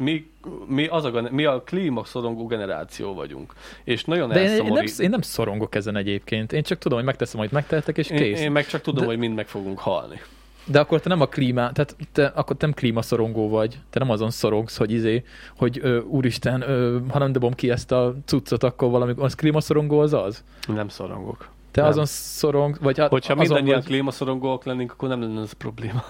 Mi a klímaszorongó generáció vagyunk. És nagyon én nem szorongok ezen egyébként. Én csak tudom, hogy megteszem, amit megtehetek, és kész. Én meg csak tudom, hogy mind meg fogunk halni. De akkor te nem a klíma, tehát akkor te nem klímaszorongó vagy, te nem azon szorongsz, hogy úristen, ha nem dobom ki ezt a cuccot, akkor valami, az klímaszorongó az? Nem szorongok. Te nem. Azon szorong, vagy hogyha mindannyian klímaszorongóak lennénk, akkor nem lenne ez a probléma.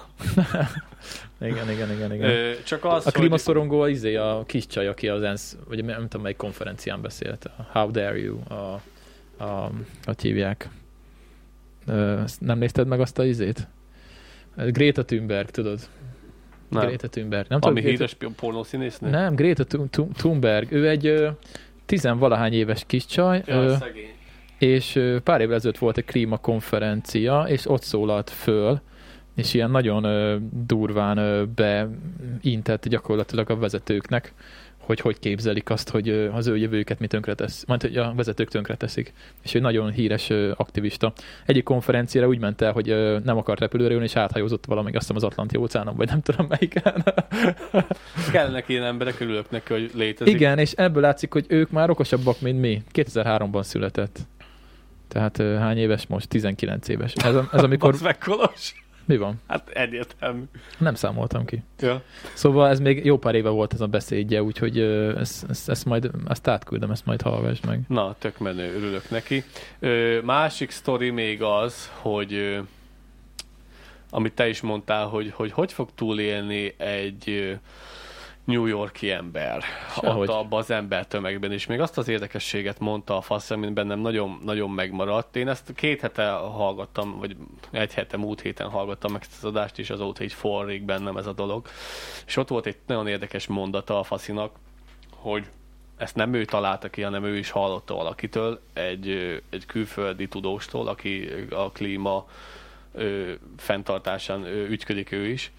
Igen. Csak az, a klímaszorongó a kis csaj, aki az ENSZ, vagy nem tudom, melyik konferencián beszélt. How dare you? Hogy hívják? Nem nézted meg azt a Greta Thunberg, tudod? Nem. Greta Thunberg. Nem ami híres pornószínésznő? Nem, Greta Thunberg. Ő egy 10-valahány éves kis csaj. És pár évvel ezelőtt volt egy klímakonferencia, és ott szólalt föl, és ilyen nagyon durván beintett gyakorlatilag a vezetőknek, hogy képzelik azt, hogy az ő jövőjüket mi tönkretesz, majd hogy a vezetők tönkreteszik. És ő nagyon híres aktivista. Egyik konferenciára úgy ment el, hogy nem akart repülőre jönni, és áthajózott valamelyik, azt hiszem az Atlanti-óceánon, vagy nem tudom melyiken. Kellenek ilyen emberek, örülök neki, hogy létezik. Igen, és ebből látszik, hogy ők már okosabbak, mint mi. 2003-ban született. Tehát hány éves most? 19 éves. Ez amikor... Az megkolos. Mi van? Hát egyértelmű. Nem számoltam ki. Ja. Szóval ez még jó pár éve volt ez a beszédje, úgyhogy ezt majd átküldöm, ezt majd hallgass meg. Na, tök menő, örülök neki. Másik sztori még az, hogy amit te is mondtál, hogy fog túlélni egy New York-i ember ott abban az embertömegben, és még azt az érdekességet mondta a fasz, amit bennem nagyon, nagyon megmaradt. Én ezt 2 hete hallgattam, vagy 1 hete, múlt héten hallgattam meg ezt az adást, és azóta így forrik bennem ez a dolog. És ott volt egy nagyon érdekes mondata a faszinak, hogy ezt nem ő találta ki, hanem ő is hallotta valakitől, egy külföldi tudóstól, aki a klíma fenntartásán ügyködik ő is.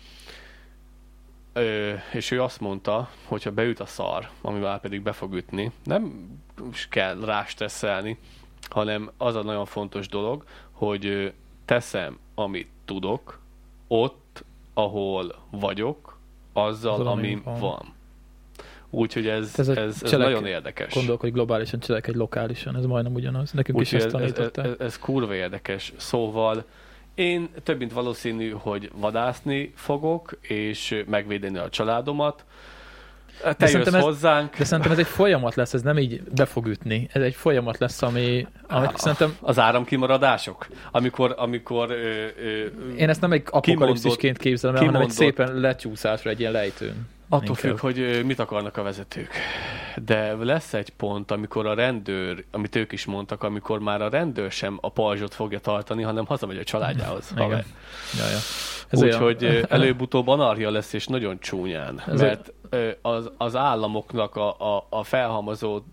És ő azt mondta, hogyha beüt a szar, amivel pedig be fog ütni, nem kell rástresszelni, hanem az a nagyon fontos dolog, hogy teszem, amit tudok, ott, ahol vagyok, azzal, ami van. Úgyhogy ez nagyon érdekes. Gondolok, hogy globálisan cselekedj lokálisan, ez majdnem ugyanaz. Nekünk is ezt tanították. Ez kurva érdekes. Szóval Én több mint valószínű, hogy vadászni fogok, és megvédeni a családomat. Te jössz hozzánk. De szerintem ez egy folyamat lesz, ez nem így be fog ütni. Ez egy folyamat lesz, amit szerintem... Az áramkimaradások? Amikor én ezt nem egy apokalipszisként képzelem, hanem egy szépen lecsúszásra, egy ilyen lejtőn. Attól függ, hogy mit akarnak a vezetők. De lesz egy pont, amikor a rendőr, amit ők is mondtak, amikor már a rendőr sem a pajzsot fogja tartani, hanem hazamegy a családjához. Igen. Úgyhogy előbb-utóbb anarchia lesz, és nagyon csúnyán. Mert az államoknak a felhalmozott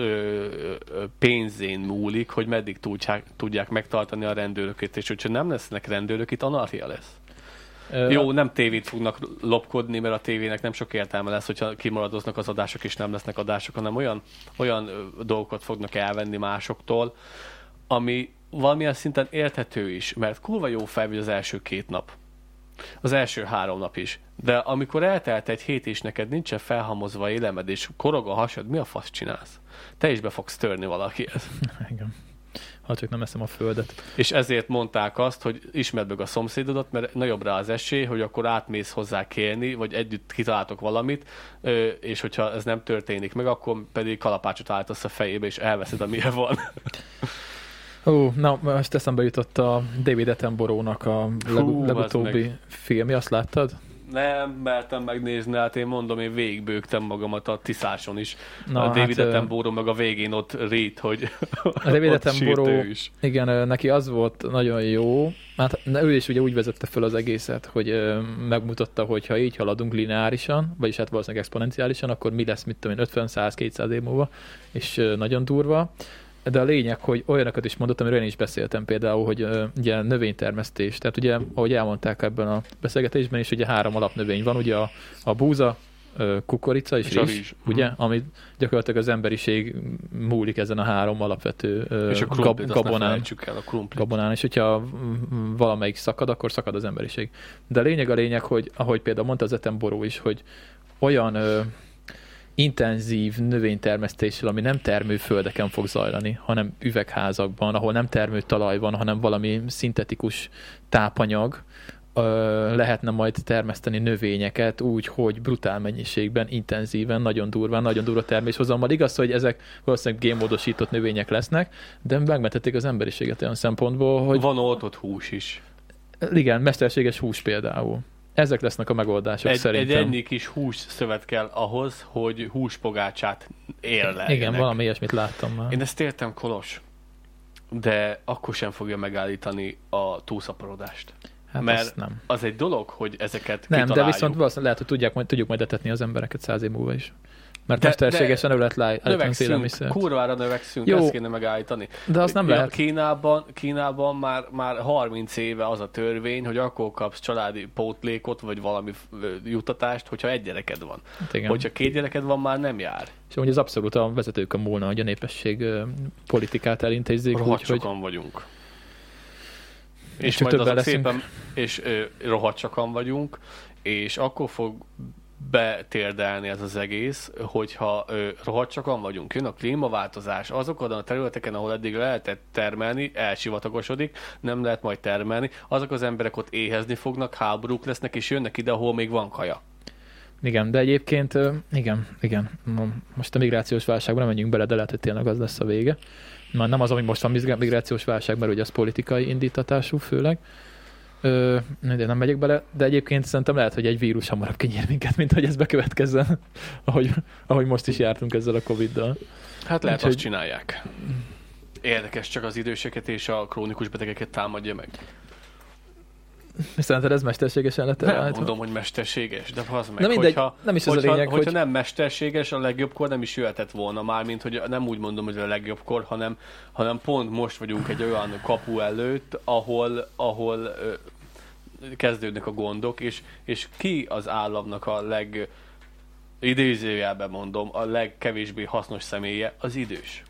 pénzén múlik, hogy meddig tudják megtartani a rendőröket, és hogyha nem lesznek rendőrök, itt anarchia lesz. Jó, nem tévét fognak lopkodni, mert a tévének nem sok értelme lesz, hogyha kimaradoznak az adások, és nem lesznek adások, hanem olyan dolgokat fognak elvenni másoktól, ami valamilyen szinten érthető is, mert kurva jó felvegy az első 2 nap. Az első 3 nap is. De amikor eltelt egy hét és neked nincsen felhamozva élemed, és korog a hasad, mi a fasz csinálsz? Te is be fogsz törni valakihez. Igen. Ha csak nem eszem a földet. És ezért mondták azt, hogy ismerd meg a szomszédodat, mert nagyobb rá az esély, hogy akkor átmész hozzá kérni, vagy együtt kitaláltok valamit, és hogyha ez nem történik meg, akkor pedig kalapácsot állítasz a fejébe, és elveszed, amilyen van. Na, most eszembe jutott a David Attenborough-nak a legutóbbi filmje, azt láttad? Nem mertem megnézni, hát én mondom, én végigbőgtem magamat a Tiszáson is. A David Attenborough meg a végén ott rít, hogy a David Attenborough, igen, neki az volt nagyon jó, hát ő is ugye úgy vezette fel az egészet, hogy megmutatta, hogy ha így haladunk lineárisan, vagyis hát valószínűleg exponenciálisan, akkor mi lesz, mit tudom én, 50, 100, 200 év múlva, és nagyon durva. De a lényeg, hogy olyanokat is mondott, amiről én is beszéltem például, hogy ugye növénytermesztés, tehát ugye, ahogy elmondták ebben a beszélgetésben is, ugye 3 alapnövény van, ugye a búza, kukorica és rizs, ugye, amit gyakorlatilag az emberiség múlik ezen a 3 alapvető és a gabonán, és hogyha valamelyik szakad, akkor szakad az emberiség. De a lényeg, hogy ahogy például mondta az Attenborough is, hogy olyan intenzív növénytermesztéssel, ami nem termőföldeken fog zajlani, hanem üvegházakban, ahol nem termőtalaj van, hanem valami szintetikus tápanyag, lehetne majd termeszteni növényeket úgy, hogy brutál mennyiségben, intenzíven, nagyon durva terméshozammal. Igaz, hogy ezek valószínűleg génmódosított növények lesznek, de megmentették az emberiséget olyan szempontból, hogy... Van oltott hús is. Igen, mesterséges hús például. Ezek lesznek a megoldások szerintem. Egy ennyi kis hússzövet kell ahhoz, hogy húspogácsát érleljenek. Igen, valami ilyesmit láttam már. Én ezt értem, Kolos, de akkor sem fogja megállítani a túlszaporodást. Hát mert nem. Az egy dolog, hogy ezeket nem, kitaláljuk. De viszont valószínűleg lehet, hogy tudjuk majd etetni az embereket 100 év múlva is. Mert mesterségesen elő lehet állítani az élelmiszert. Kurvára növekszünk, ezt kéne megállítani. De azt nem lehet. Kínában már 30 éve az a törvény, hogy akkor kapsz családi pótlékot, vagy valami juttatást, hogyha 1 gyereked van. Hát hogyha 2 gyereked van, már nem jár. És úgy az abszolút a vezetőkön múlna, hogy a népesség politikát elintézzék. Rohadt sokan vagyunk. És majd azok szépen, és rohadt sokan vagyunk, és akkor fog betérdelni ez az egész, hogyha rohadt sokan vagyunk. Jön a klímaváltozás, azokon a területeken, ahol eddig lehetett termelni, elsivatagosodik, nem lehet majd termelni, azok az emberek ott éhezni fognak, háborúk lesznek, és jönnek ide, ahol még van kaja. Igen, de egyébként, igen. Most a migrációs válságban nem menjünk bele, de lehet, hogy tényleg az lesz a vége. Már nem az, ami most van migrációs válság, mert ugye az politikai indítatású főleg. De nem megyek bele, de egyébként szerintem lehet, hogy egy vírus hamarabb kinyír minket, mint hogy ez bekövetkezzen, ahogy most is jártunk ezzel a Covid-dal. Hát lehet, azt csinálják. Érdekes, csak az időseket és a krónikus betegeket támadja meg. Szerinted ez mesterségesen lett elvállítva? Nem mondom, hogy mesterséges, de az meg, mindegy, nem is az a lényeg, hogyha nem mesterséges, a legjobbkor nem is jöhetett volna már, mint hogy nem úgy mondom, hogy a legjobbkor, hanem pont most vagyunk egy olyan kapu előtt, ahol kezdődnek a gondok, és ki az államnak a idézőjelben mondom, a legkevésbé hasznos személye? Az idős.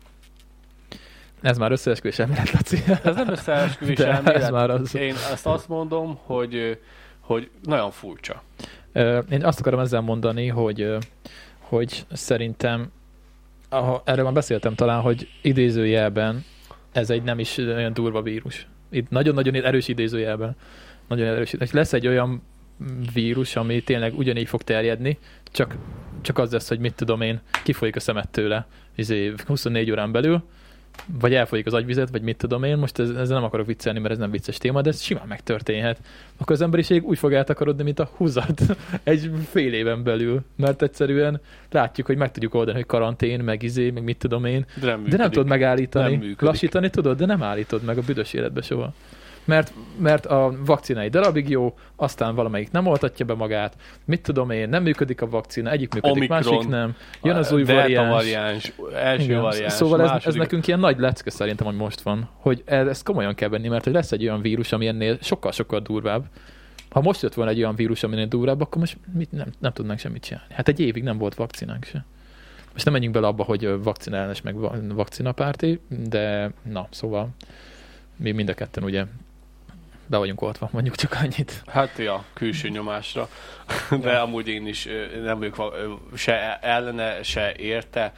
Ez már összeesküvés elmélet, Laci. Ez nem összeesküvés elmélet. Ez már az. Én azt mondom, hogy nagyon furcsa. Én azt akarom ezzel mondani, hogy szerintem, erről már beszéltem talán, hogy idézőjelben ez egy nem is olyan durva vírus. itt nagyon-nagyon erős idézőjelben, nagyon erős, lesz egy olyan vírus, ami tényleg ugyanígy fog terjedni, csak az lesz, hogy mit tudom én, kifolyik a szemed tőle 24 órán belül, vagy elfolyik az agyvizet, vagy mit tudom én, most ezzel nem akarok viccelni, mert ez nem vicces téma, de ez simán megtörténhet. Akkor az emberiség úgy fog eltakarodni, mint a húzat egy fél éven belül, mert egyszerűen látjuk, hogy meg tudjuk oldani, hogy karantén, meg meg mit tudom én, de nem tudod megállítani. Lassítani tudod, de nem állítod meg a büdös életbe soha. Mert a vakcina egy darabig jó, aztán valamelyik nem oltatja be magát, mit tudom én, nem működik a vakcina, egyik működik, Omikron, másik nem. Jön az új variáns, első variáns. Szóval ez nekünk ilyen nagy lecke szerintem, hogy most van, hogy ezt komolyan kell venni, mert hogy lesz egy olyan vírus, ami ennél sokkal-sokkal durvább. Ha most jött volna egy olyan vírus, aminél durvább, akkor most nem tudnánk semmit csinálni. Hát egy évig nem volt vakcinánk se. Most nem menjünk bele abba, hogy vakcinálás meg vakcinapárti, de na, szóval mi mind a ketten ugye be vagyunk oltva, mondjuk csak annyit. Hát ja, külső nyomásra. De amúgy én is nem vagyok se ellene, se érte.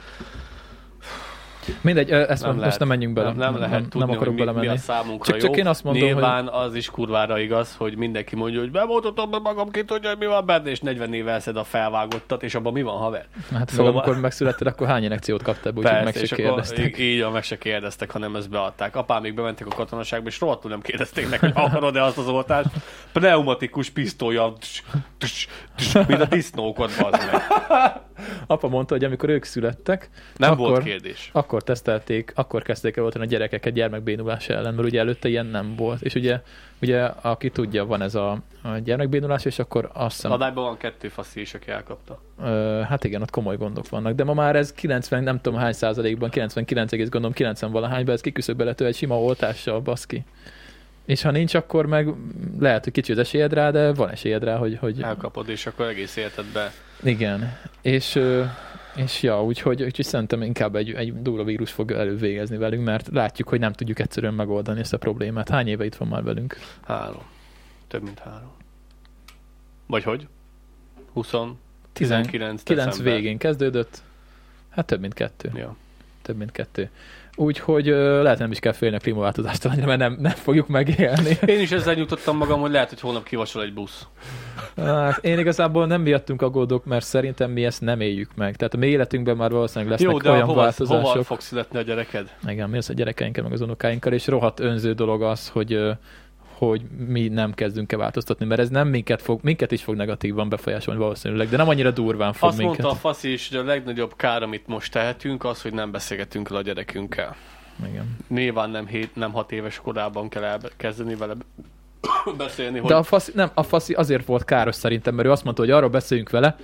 Mindegy, ezt nem most nem menjünk bele. Nem lehet tudni, nem akarok hogy mi a számunkra jó. Csak én azt mondom, nyilván az is kurvára igaz, hogy mindenki mondja, hogy bemutatom be magam, ki tudja, hogy mi van benne, és 40 éve eszed a felvágottat, és abban mi van, haver? Hát szóval amikor megszülettél, akkor hány injekciót kaptál, úgyhogy meg se kérdeztek. Így meg se kérdeztek, hanem ezt beadták. Apám még bementek a katonaságba, és rohadtul nem kérdezték meg, hogy akarod-e azt az oltást. Pneumatikus pisztolya, mint a disznókot, bazd meg. Apa mondta, hogy amikor ők születtek, nem volt kérdés. Akkor tesztelték, akkor kezdték el oltani a gyerekeket gyermekbénulás ellen, mert ugye előtte ilyen nem volt. És ugye aki tudja, van ez a gyermekbénulás, és akkor azt hiszem... Hadályban van 2 faszi is, aki elkapta. Hát igen, ott komoly gondok vannak, de ma már ez 90, nem tudom hány százalékban, 90-valahányban ez kiküszöbölhető egy sima oltással, baszki. És ha nincs, akkor meg lehet, hogy kicsi az esélyed rá, de van esélyed rá, hogy... Elkapod, és akkor egész életedbe... Igen. És ja, úgyhogy szerintem inkább egy durva vírus fog elővégezni velünk, mert látjuk, hogy nem tudjuk egyszerűen megoldani ezt a problémát. Hány éve itt van már velünk? 3. Több mint 3. Vagy hogy? 19 9 végén kezdődött. Hát több mint 2. Ja. Több mint 2. Úgyhogy lehet nem is kell félni a klímaváltozástól annyira, mert nem fogjuk megélni. Én is ezzel nyugtattam magam, hogy lehet, hogy holnap kivasol egy busz. Hát, én igazából nem miattunk aggódok, mert szerintem mi ezt nem éljük meg. Tehát a mi életünkben már valószínűleg lesznek olyan változások. Hova fog születni a gyereked? Igen, mi az a gyerekeinkkel, meg az unokáinkkal, és rohadt önző dolog az, hogy mi nem kezdünk-e változtatni, mert ez nem minket is fog negatívan befolyásolni valószínűleg, de nem annyira durván fog azt minket. Azt mondta a faszi is, hogy a legnagyobb kár, amit most tehetünk, az, hogy nem beszélgetünk el a gyerekünkkel. Igen. Nyilván nem 6 éves korában kell elkezdeni vele beszélni. De a faszi azért volt káros szerintem, mert ő azt mondta, hogy arról beszéljünk vele,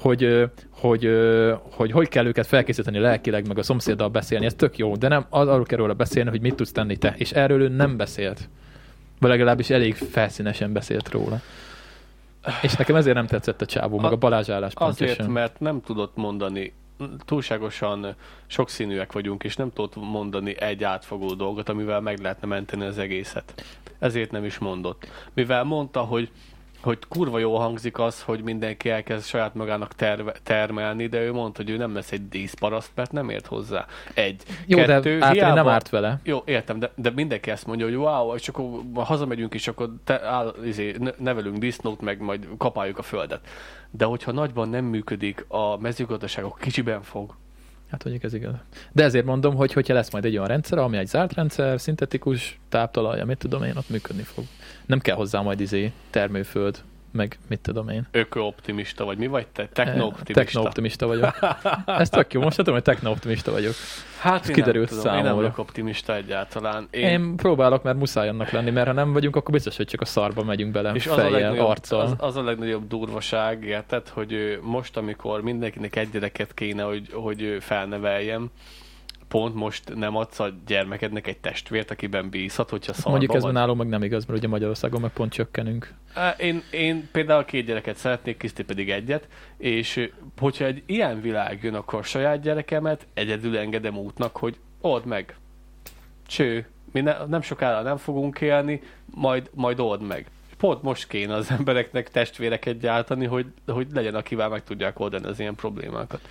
hogy kell őket felkészíteni lelkileg, meg a szomszéddal beszélni, ez tök jó, de nem arról kell róla beszélni, hogy mit tudsz tenni te, és erről ő nem beszélt. Vagy legalábbis elég felszínesen beszélt róla. És nekem ezért nem tetszett a csávó, meg a Balázs álláspontja Azért, sem. mert nem tudott mondani, túlságosan sokszínűek vagyunk, és nem tudott mondani egy átfogó dolgot, amivel meg lehetne menteni az egészet. Ezért nem is mondott. Mivel mondta, hogy kurva jól hangzik az, hogy mindenki elkezd saját magának termelni, de ő mondta, hogy ő nem lesz egy díszparaszt, mert nem ért hozzá. Jó, kettő, de hiába, nem árt vele. Jó, értem, de mindenki ezt mondja, hogy wow, és akkor hazamegyünk, és akkor nevelünk disznót, meg majd kapáljuk a földet. De hogyha nagyban nem működik, a mezőgazdaság, akkor kicsiben fog. Hát mondjuk ez igaz. De ezért mondom, hogy hogyha lesz majd egy olyan rendszer, ami egy zárt rendszer, szintetikus táptalajja, mit tudom én, ott működni fog. Nem kell hozzá majd termőföld, meg mit tudom én. Öko-optimista vagy mi vagy te? Techno-optimista? Techno-optimista vagyok. Ez tök jó, most tudom, hogy techno-optimista vagyok. Hát én kiderült nem tudom, én nem vagyok optimista egyáltalán. Én próbálok, mert muszáj annak lenni, mert ha nem vagyunk, akkor biztos, hogy csak a szarba megyünk bele és fejjel, arccal. Az a legnagyobb durvaság, érted, hogy most, amikor mindenkinek egy gyereket kéne, hogy felneveljem, pont most nem adsz a gyermekednek egy testvért, akiben bízhat, hogyha szarba mondjuk ez nálunk meg nem igaz, mert ugye Magyarországon meg pont csökkenünk. Én például 2 gyereket szeretnék, Kriszti pedig 1, és hogyha egy ilyen világ jön, akkor saját gyerekemet egyedül engedem útnak, hogy old meg. Cső, mi nem sokára nem fogunk élni, majd old meg. Pont most kéne az embereknek testvéreket gyártani, hogy legyen, akivel meg tudják oldani az ilyen problémákat.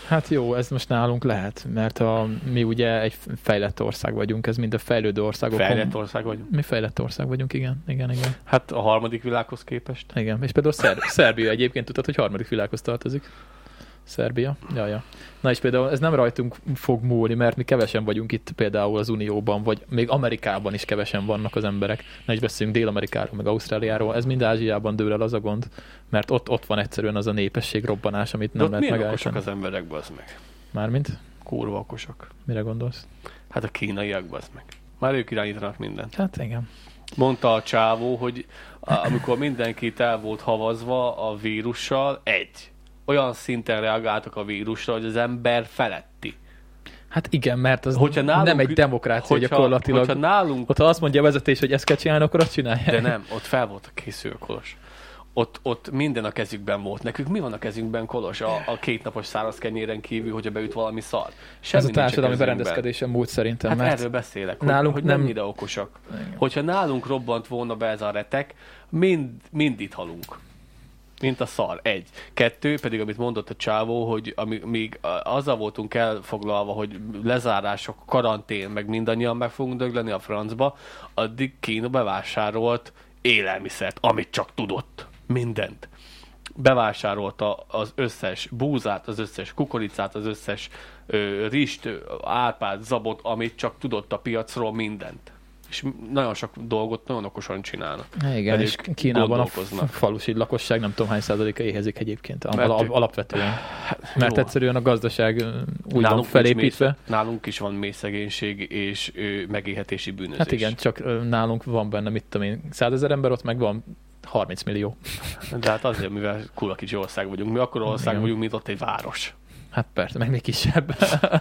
Hát jó, ez most nálunk lehet, mert mi ugye egy fejlett ország vagyunk, ez mind a fejlődő országokon. Fejlett ország vagyunk? Mi fejlett ország vagyunk, igen. Hát a harmadik világhoz képest. Igen, és például Szerbia egyébként tudod, hogy harmadik világhoz tartozik. Szerbia. Ja. Na és például ez nem rajtunk fog múlni, mert mi kevesen vagyunk itt például az Unióban, vagy még Amerikában is kevesen vannak az emberek. Ne is beszéljünk Dél-Amerikáról, meg Ausztráliáról. Ez mind Ázsiában dől el, az a gond, mert ott van egyszerűen az a népesség robbanás, amit nem lehet megállítani. Milyen okosak az emberek, bazd meg? Mármint? Kurva okosak. Mire gondolsz? Hát a kínaiak, bazd meg. Már ők irányítanak mindent. Hát igen. Mondta a csávó, hogy amikor mindenkit el volt havazva a vírussal, olyan szinten reagáltak a vírusra, hogy az ember feletti. Hát igen, mert az nem egy demokrácia gyakorlatilag. Ha azt mondja a vezetés, hogy ezt kell csinálni, akkor azt csinálják. De nem, ott fel voltak készülve, Kolos. Ott minden a kezükben volt. Nekünk mi van a kezünkben, Kolos? A 2 napos száraz kenyéren kívül, hogyha beüt valami szar. Semmi ez a társadalmi berendezkedésen múlt szerintem. Hát mert erről beszélek, nálunk hogy nem ide okosak. Igen. Hogyha nálunk robbant volna be ez a retek, mind itt halunk. Mint a szar. 1. 2, pedig amit mondott a csávó, hogy még azzal voltunk elfoglalva, hogy lezárások, karantén, meg mindannyian meg fogunk dögleni a francba, addig Kína bevásárolt élelmiszert, amit csak tudott. Mindent. Bevásárolta az összes búzát, az összes kukoricát, az összes rist, árpát, zabot, amit csak tudott a piacról, mindent. És nagyon sok dolgot nagyon okosan csinálnak. Igen, és Kínában a falusi lakosság nem tudom hány százaléka éhezik egyébként, alapvetően. Mert egyszerűen a gazdaság úgy van felépítve. Nálunk is van mély szegénység és megélhetési bűnözés. Hát igen, csak nálunk van benne, mit tudom én, 100 000 ember, ott meg van 30 millió. De hát azért, mivel kurva kicsi ország vagyunk. Mi akkor ország vagyunk, mint ott egy város. Hát persze, meg még kisebb.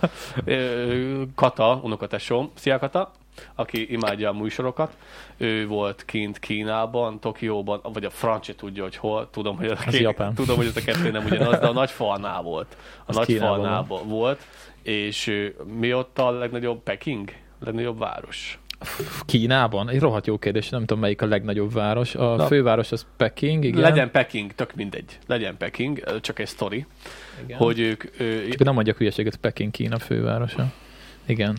Kata, unokatesóm, szia Kata, aki imádja a műsorokat. Ő volt kint Kínában, Tokióban, vagy a francia tudja, hogy hol. Tudom, hogy ez a kettő nem ugyanaz, de a Nagyfalnál volt. A Nagyfalnál volt, és mi ott a legnagyobb Peking? Legnagyobb város? Kínában? Egy rohadt jó kérdés, nem tudom melyik a legnagyobb város. Főváros az Peking, igen. Legyen Peking, tök mindegy. Legyen Peking, csak egy sztori. Igen. Hogy ők... nem mondjak hülyeséget, Peking Kína fővárosa. Igen.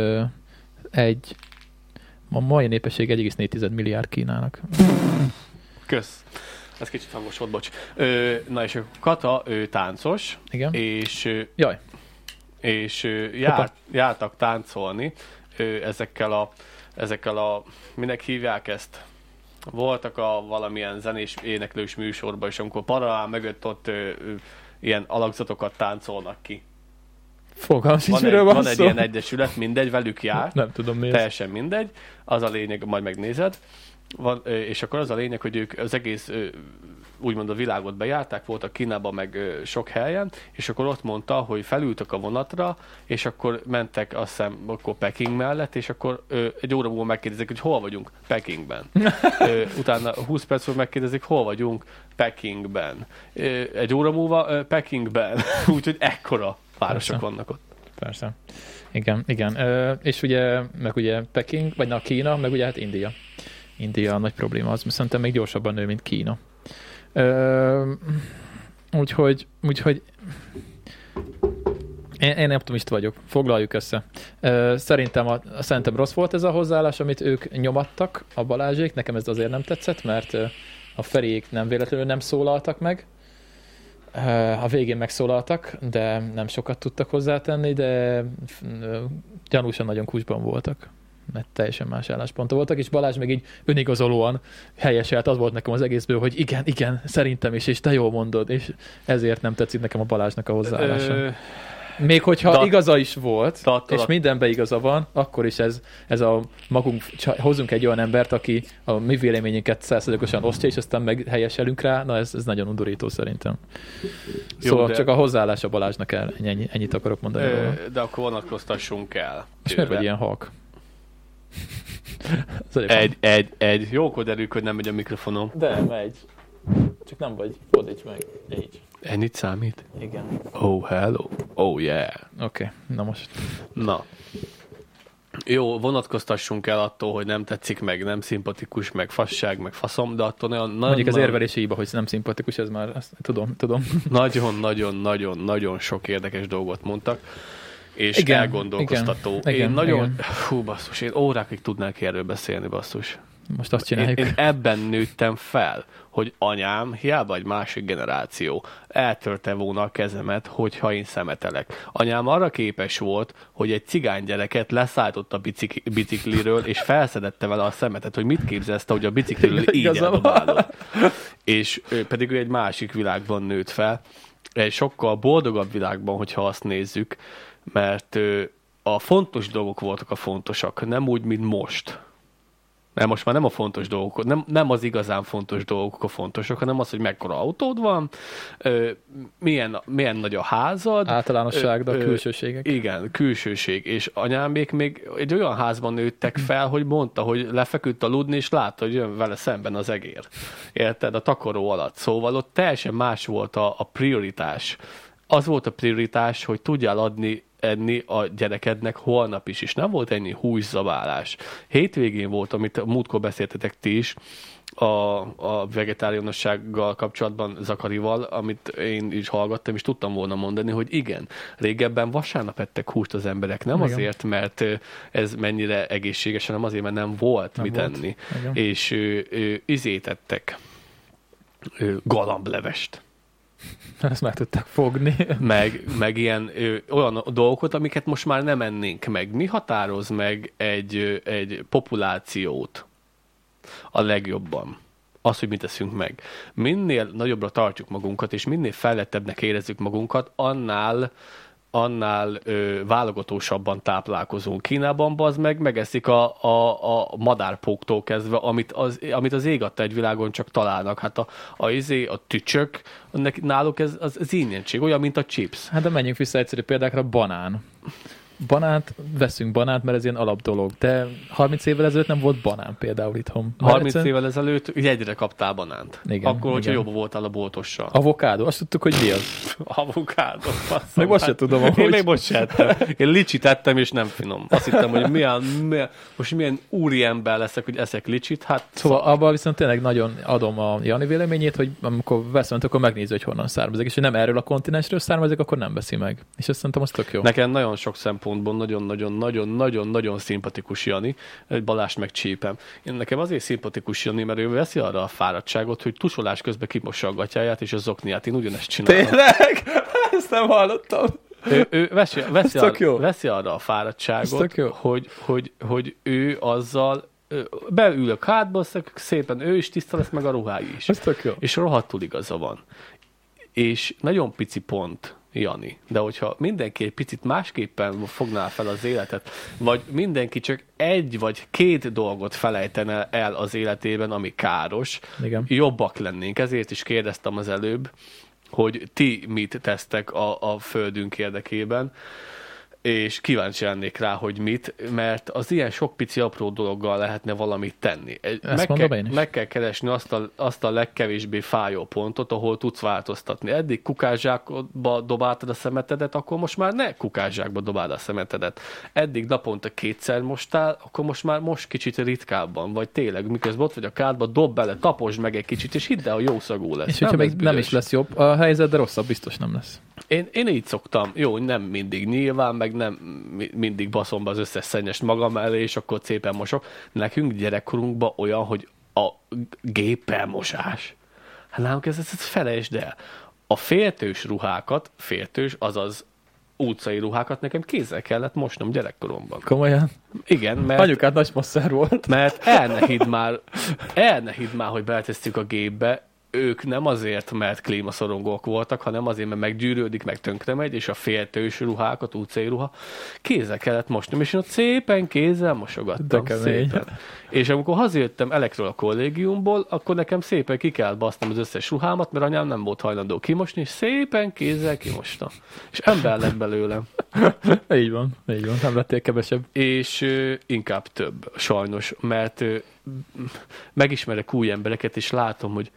A mai népesség 1,4 milliárd Kínának. Kösz. Ez kicsit hangos volt, bocs. Na és a Kata, ő táncos. Igen. És jártak táncolni ezekkel a minek hívják ezt? Voltak a valamilyen zenés éneklős műsorban, és amikor paralál mögött ott ilyen alakzatokat táncolnak ki. Van egy ilyen egyesület, mindegy, velük jár. Nem tudom mi. Teljesen mindegy. Az a lényeg, majd megnézed. És akkor az a lényeg, hogy ők az egész úgymond a világot bejárták, voltak Kínában meg sok helyen, és akkor ott mondta, hogy felültek a vonatra, és akkor mentek azt hiszem akkor Peking mellett, és akkor egy óra múlva megkérdezik, hogy hol vagyunk? Pekingben. Utána 20 perc múlva megkérdezik, hol vagyunk? Pekingben. Egy óra múlva Pekingben. Úgyhogy ekkora városok vannak ott. Persze. Igen. És ugye, meg ugye Peking, vagy Kína, meg ugye hát India. India a nagy probléma, az szerintem még gyorsabban nő, mint Kína. Úgyhogy én optimista vagyok. Foglaljuk össze. Szerintem rossz volt ez a hozzáállás, amit ők nyomattak, a Balázsék. Nekem ez azért nem tetszett, mert a Feriék nem véletlenül nem szólaltak meg. A végén megszólaltak, de nem sokat tudtak hozzátenni, de gyanúsan nagyon kusban voltak. Mert teljesen más álláspontok voltak, és Balázs meg így önigazolóan helyeselt, az volt nekem az egészből, hogy igen, szerintem is, és te jól mondod, és ezért nem tetszik nekem a Balázsnak a hozzáállása. Még hogyha igaza is volt, és mindenben igaza van, akkor is ez a magunk, hozunk egy olyan embert, aki a mi véleményünket 100%-osan osztja, és aztán meg helyeselünk rá, na ez nagyon undorító szerintem. Jó, szóval csak a hozzáállása Balázsnak el, ennyit akarok mondani róla. De akkor vonatkoztassunk el. És miért vagy ilyen halk? Egy. Jókor derüljük, hogy nem megy a mikrofonom. De megy. Csak nem vagy. Fordíts meg. Így. Ennyit számít? Igen. Oh, hello. Oh, yeah. Oké, na most. Na. Jó, vonatkoztassunk el attól, hogy nem tetszik meg, nem szimpatikus, meg fasság, meg faszom, de attól mondjuk az érvelési hiba, hogy nem szimpatikus, ez már, azt tudom. Nagyon sok érdekes dolgot mondtak, és igen, elgondolkoztató. Igen. Hú, basszus, én órákig tudnák erről beszélni, basszus. Most azt csináljuk. Én ebben nőttem fel, hogy anyám, hiába egy másik generáció, eltörte volna a kezemet, hogyha én szemetelek. Anyám arra képes volt, hogy egy cigány gyereket leszálltott a bicikliről, és felszedette vele a szemetet, hogy mit képzelsz te, hogy a bicikliről így eldobálod. És pedig ő egy másik világban nőtt fel, egy sokkal boldogabb világban, hogyha azt nézzük, mert a fontos dolgok voltak a fontosak, nem úgy, mint most. Mert most már nem a fontos dolgok, nem az igazán fontos dolgok a fontosak, hanem az, hogy mekkora autód van, milyen nagy a házad. Általánosság, de a külsőségek. Igen, külsőség. És anyámék még egy olyan házban nőttek fel, hogy mondta, hogy lefeküdt aludni, és látta, hogy jön vele szemben az egér. Érted? A takaró alatt. Szóval ott teljesen más volt a prioritás. Az volt a prioritás, hogy tudjál enni a gyerekednek holnap is, és nem volt ennyi húszabálás. Hétvégén volt, amit a múltkor beszéltetek ti is, a vegetárianossággal kapcsolatban Zakarival, amit én is hallgattam, és tudtam volna mondani, hogy igen, régebben vasárnap ettek húst az emberek, nem igen. Azért, mert ez mennyire egészséges, hanem azért, mert nem volt mit enni. Igen. És izét ettek, galamblevest. Ezt már tudták fogni. Meg ilyen olyan dolgokat, amiket most már nem ennénk meg. Mi határoz meg egy populációt a legjobban? Az, hogy mit teszünk meg. Minél nagyobbra tartjuk magunkat, és minél fejlettebbnek érezzük magunkat, annál válogatósabban táplálkozunk. Kínában bazd megeszik a madárpóktól kezdve, amit az ég adta egy világon csak találnak. Hát a tücsök, náluk ez az ingyentség, olyan, mint a chips. Hát de menjünk vissza egyszerű példákra, banán. Veszünk banánt, mert ez ilyen alap dolog. De 30 évvel ezelőtt nem volt banán például itthon. 30 évvel ezelőtt jegyre kaptál banánt. Igen, akkor, hogyha jobb voltál a boltossal. Avokádó, azt tudtuk, hogy mi az. Avokádó. Még most sem tudom, hogy... Én még most sem ettem. Én licsit ettem, és nem finom. Azt hittem, hogy milyen úri ember leszek, hogy eszek licsit. Hát, szóval abban viszont tényleg nagyon adom a Jani véleményét, hogy amikor veszem, akkor megnézi, hogy honnan származik. És hogy nem erről a kontinensről származik, akkor nem veszi meg. És azt szerintem az tök jó. Nekem nagyon sok szempontból nagyon szimpatikus Jani, Balást meg csípem. Én nekem azért szimpatikus Jani, mert ő veszi arra a fáradtságot, hogy tusolás közben kimossa a gatyáját és a zokniát. Én ugyanezt csinálom. Tényleg? Ezt nem hallottam. Ő veszi arra a fáradtságot, hogy ő azzal beül a kádba, szépen ő is tiszta lesz, meg a ruhái is. És rohadtul igaza van. És nagyon pici pont, Jani, de hogyha mindenki egy picit másképpen fogná fel az életet, vagy mindenki csak egy vagy két dolgot felejtene el az életében, ami káros, igen. Jobbak lennénk. Ezért is kérdeztem az előbb, hogy ti mit tesztek a földünk érdekében, és kíváncsi lennék rá, hogy mit, mert az ilyen sok pici apró dologgal lehetne valamit tenni. Meg kell keresni azt a legkevésbé fájó pontot, ahol tudsz változtatni. Eddig kukászsákba dobáltad a szemetedet, akkor most már ne kukászsákba dobáld a szemetedet. Eddig naponta 2-szer mostál, akkor most kicsit ritkábban, vagy tényleg, miközben ott vagy a kádba, dob bele, taposd meg egy kicsit, és hidd el, hogy jó szagú lesz. És hogyha még nem is lesz jobb a helyzet, de rosszabb biztos nem lesz. Én így szoktam. Jó, nem mindig nyilván, meg nem mindig baszom be az összes szennyest magam elé, és akkor szépen mosok. Nekünk gyerekkorunkban olyan, hogy a géppel mosás. Hát nálunk ez felejtsd el. A féltős ruhákat, azaz utcai ruhákat nekem kézzel kellett mosnom gyerekkoromban. Komolyan? Igen, mert... Anyukád nagy masszár volt. Mert elnehidd már, hogy beletesztük a gépbe, ők nem azért, mert klímaszorongók voltak, hanem azért, mert meggyűrődik, meg tönkre megy, és a féltős ruhákat, utcai ruha, kézzel kellett mosnom, és én ott szépen kézzel mosogattam. Szépen. És amikor hazajöttem elektről a kollégiumból, akkor nekem szépen ki kell basznom az összes ruhámat, mert anyám nem volt hajlandó kimosni, és szépen kézzel kimostam. És ember lett belőlem. Így van, nem lettél kevesebb. És inkább több, sajnos, mert megismerek új embereket, és látom, hogy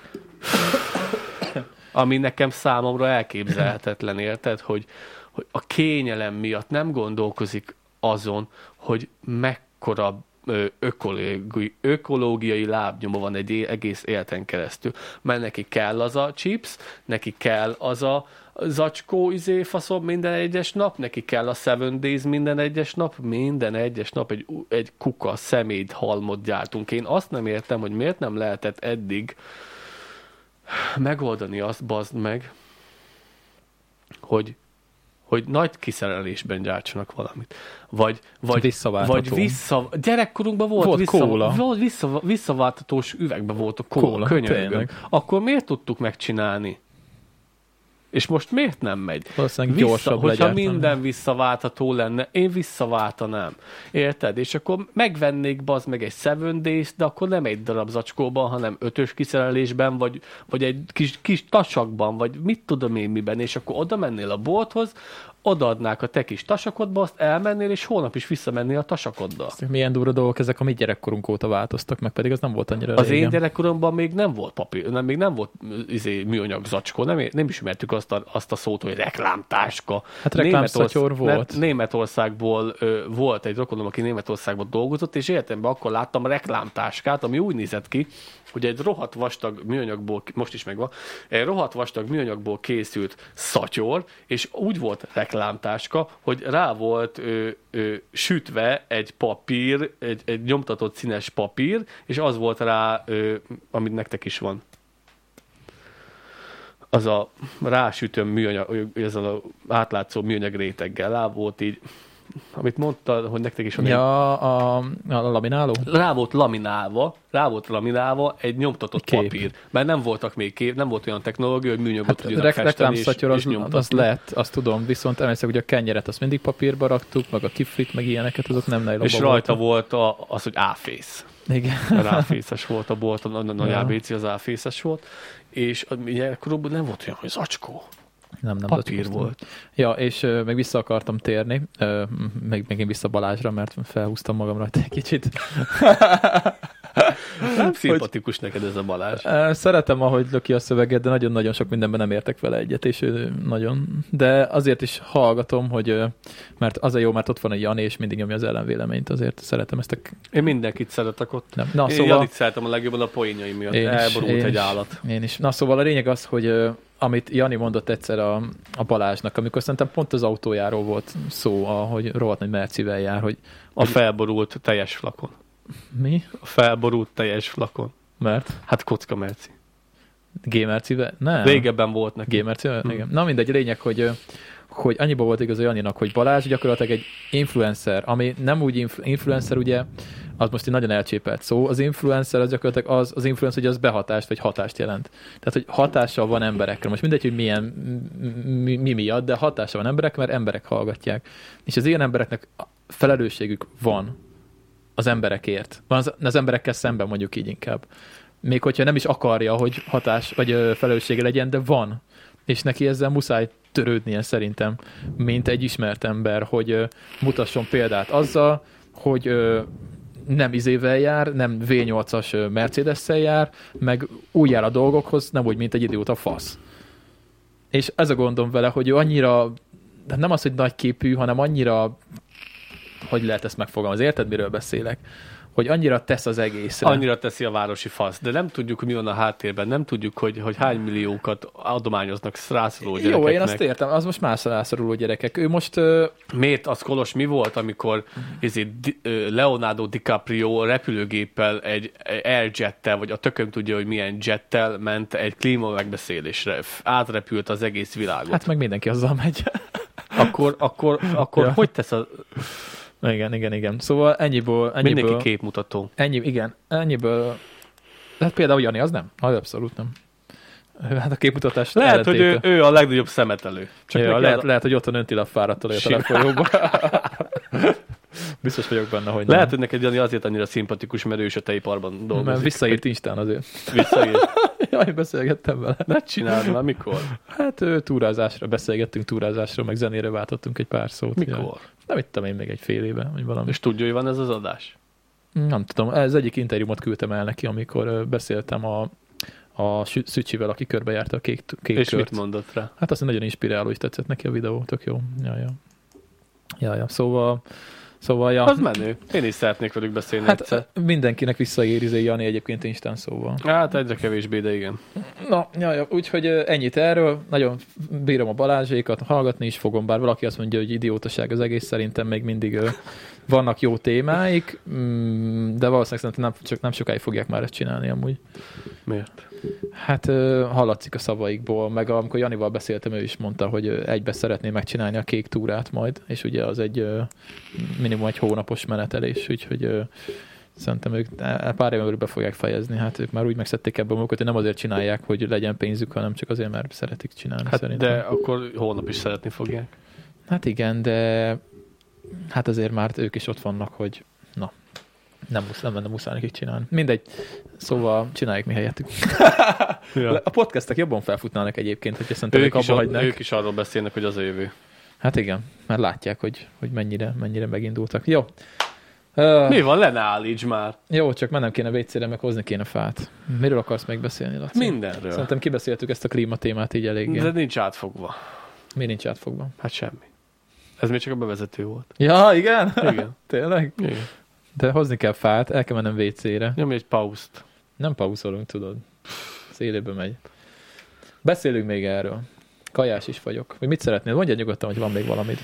ami nekem számomra elképzelhetetlen, érted, hogy a kényelem miatt nem gondolkozik azon, hogy mekkora ökológiai lábnyoma van egy egész életen keresztül. Mert neki kell az a chips, neki kell az a zacskó faszom minden egyes nap, neki kell a 7 Days minden egyes nap egy kuka szeméd halmot gyártunk. Én azt nem értem, hogy miért nem lehetett eddig megoldani azt, bazd meg, hogy nagy kiszerelésben gyártsanak valamit. Vagy gyerekkorunkban volt visszaváltatós üvegben volt a kóla, könyörgöm. Akkor miért tudtuk megcsinálni? És most miért nem megy? Valószínűleg gyorsabb hogyha legyártani. minden visszaváltható lenne, én visszaváltanám. Érted? És akkor megvennék bazd meg egy 7 Days, de akkor nem egy darab zacskóban, hanem 5-ös kiszerelésben, vagy egy kis tasakban, vagy mit tudom én miben, és akkor oda mennél a bolthoz, odaadnák a te kis tasakodba, azt elmennél, és holnap is visszamennél a tasakoddal. Milyen durva dolgok ezek, a mi gyerekkorunk óta változtak meg, pedig az nem volt annyira az régen. én gyerekkoromban még nem volt papír, még nem volt műanyag zacskó, nem ismertük azt a szót, hogy reklámtáska. Hát reklámszatyor volt. Németországból volt egy rokonom, aki Németországban dolgozott, és életemben akkor láttam reklámtáskát, ami úgy nézett ki, hogy egy rohadt vastag műanyagból, most is megvan, egy rohadt vastag műanyagból készült szatyor, és úgy volt reklámtáska, hogy rá volt sütve egy papír, egy nyomtatott színes papír, és az volt rá, amit nektek is van. Az a rásütőm műanyag, ezzel az átlátszó műanyag réteggel rá volt így, amit mondtad, hogy nektek is van a lamináló? Rá volt laminálva egy nyomtatott papír. Mert nem voltak még nem volt olyan technológia, hogy műanyagot tudjanak festeni és nyomtatni. Az lett, azt tudom, viszont emlékszem, hogy a kenyeret azt mindig papírba raktuk, meg a kiflit, meg ilyeneket, azok nem nejlomba és rajta volt az, hogy áfész. Igen. Áfészes volt a bolt, a nagy ABC az áfészes volt, és gyerekkoromban nem volt olyan, hogy zacskó. Nem papír volt. Ja, és meg vissza akartam térni, meg én vissza Balázsra, mert felhúztam magam rajta egy kicsit. Nem szimpatikus neked ez a Balázs. Szeretem, ahogy löki a szöveget, de nagyon-nagyon sok mindenben nem értek vele egyet, és nagyon. De azért is hallgatom, hogy mert az a jó, mert ott van egy Jani, és mindig nyomja az ellenvéleményt, azért szeretem ezt a... Én mindenkit szeretek ott. Nem. Na, én szóval... Janit szeretem a legjobban a poénjai miatt. Elborult egy állat. Én is. Na szóval a lényeg az, hogy amit Jani mondott egyszer a Balázsnak, amikor szerintem pont az autójáról volt szó, hogy rohadt nagy Mercivel jár, hogy... A felborult teljes flakon. Mi? A felborult teljes flakon. Mert? Hát kocka Merci. G-Mercivel? Nem. Régebben volt neki. G-Mercivel? Igen. Na mindegy, lényeg, hogy annyiba volt igaz a Janinak, hogy Balázs gyakorlatilag egy influencer, ami nem úgy influencer, ugye, az most egy nagyon elcsépelt szó, az influencer az gyakorlatilag az influencer, hogy az behatást vagy hatást jelent. Tehát, hogy hatással van emberekre. Most mindegy, hogy mi miatt, de hatással van emberek, mert emberek hallgatják. És az ilyen embereknek felelősségük van az emberekért. Van az emberekkel szemben, mondjuk így inkább. Még hogyha nem is akarja, hogy hatás vagy felelőssége legyen, de van. És neki ezzel muszáj törődnie szerintem, mint egy ismert ember, hogy mutasson példát azzal, hogy nem izével jár, nem V8-as Mercedes-szel jár, meg úgy áll a dolgokhoz, nem úgy, mint egy idióta fasz. És ez a gondom vele, hogy ő annyira, nem az, hogy nagyképű, hanem annyira, hogy lehet ezt megfogalmazni, érted, miről beszélek? Hogy annyira tesz az egészre. Annyira teszi a városi fasz, de nem tudjuk, hogy mi van a háttérben, nem tudjuk, hogy hány milliókat adományoznak rászoruló gyerekeknek. Jó, én azt értem, az most más rászoruló gyerekek. Ő most... Miért az Kolos, mi volt, amikor Leonardo DiCaprio repülőgéppel, egy Airjettel, vagy a tököm tudja, hogy milyen jettel ment egy klímamegbeszélésre, átrepült az egész világot. Hát meg mindenki azzal megy. Akkor ja. Hogy tesz a... Igen. Szóval ennyiből... Mindenki képmutató. Ennyiből... Hát például Jani, az nem? Az abszolút nem. Hát a képmutatás... Lehet, hogy ő a legnagyobb szemetelő. Csak lehet, hogy otthon önti le a fáradtól a telefonjóba. Biztos vagyok benne, hogy lehet, hogy neked Jani azért annyira szimpatikus, mert ő is a teiparban dolgozik. Mert visszaírt Instán azért. Visszaírt? Jaj, beszélgettem vele. Ne csináld már, mikor? Hát beszélgettünk túrázásra, meg zenére váltottunk egy pár szót. Mikor? Jaj. Nem ittem én még egy fél éve, vagy valami. És tudja, hogy van ez az adás? Nem tudom. Ez egyik interjúmot küldtem el neki, amikor beszéltem a Szücsivel, aki körbejárta a kék és kört. Mit mondott rá? Hát azt nagyon inspiráló, is tetszett neki a videó, tök jó. Ja. Szóval Szóval, ja. Az menő. Én is szeretnék velük beszélni egyszer. Mindenkinek visszaéri Jani egyébként Instán, szóval. Hát egyre kevésbé, de igen. Na, ja, úgyhogy ennyit erről. Nagyon bírom a Balázsékat, hallgatni is fogom, bár valaki azt mondja, hogy idiótaság az egész, szerintem még mindig vannak jó témáik, de valószínűleg nem sokáig fogják már ezt csinálni amúgy. Miért? Hát hallatszik a szavaikból, meg amikor Janival beszéltem, ő is mondta, hogy egybe szeretné megcsinálni a kék túrát majd, és ugye az egy minimum egy hónapos menetelés, úgyhogy szerintem ők pár évvel be fogják fejezni, hát ők már úgy megszedték ebben magukat, hogy nem azért csinálják, hogy legyen pénzük, hanem csak azért, mert szeretik csinálni. Hát szerintem. de akkor holnap is szeretni fogják. Hát igen, de hát azért már ők is ott vannak, hogy nem lenne muszáj nekik csinálni. Mindegy. Szóval csináljuk mi helyettük. Ja. A podcastek jobban felfutnának egyébként, hogyha szerintem ők abba hagynák. Ők is arról beszélnek, hogy az a jövő. Hát igen, mert látják, hogy mennyire megindultak. Jó. Mi van? Le ne állíts már. Jó, csak mennem kéne WC-re, meg hozni kéne fát. Miről akarsz még beszélni, Laci? Mindenről. Szerintem kibeszéltük ezt a klímatémát így eléggé. De nincs átfogva. Mi nincs átfogva? Hát semmi. Ez még csak a bevezető volt. Ja, igen? Igen. Tényleg? Igen. De hozni kell fát, el kell mennem WC-re. Nyomj egy pauszt. Nem pauzolunk, tudod. Az élőbe megy. Beszélünk még erről. Kajás is vagyok. Vagy mit szeretnél? Mondjad nyugodtan, hogy van még valamit.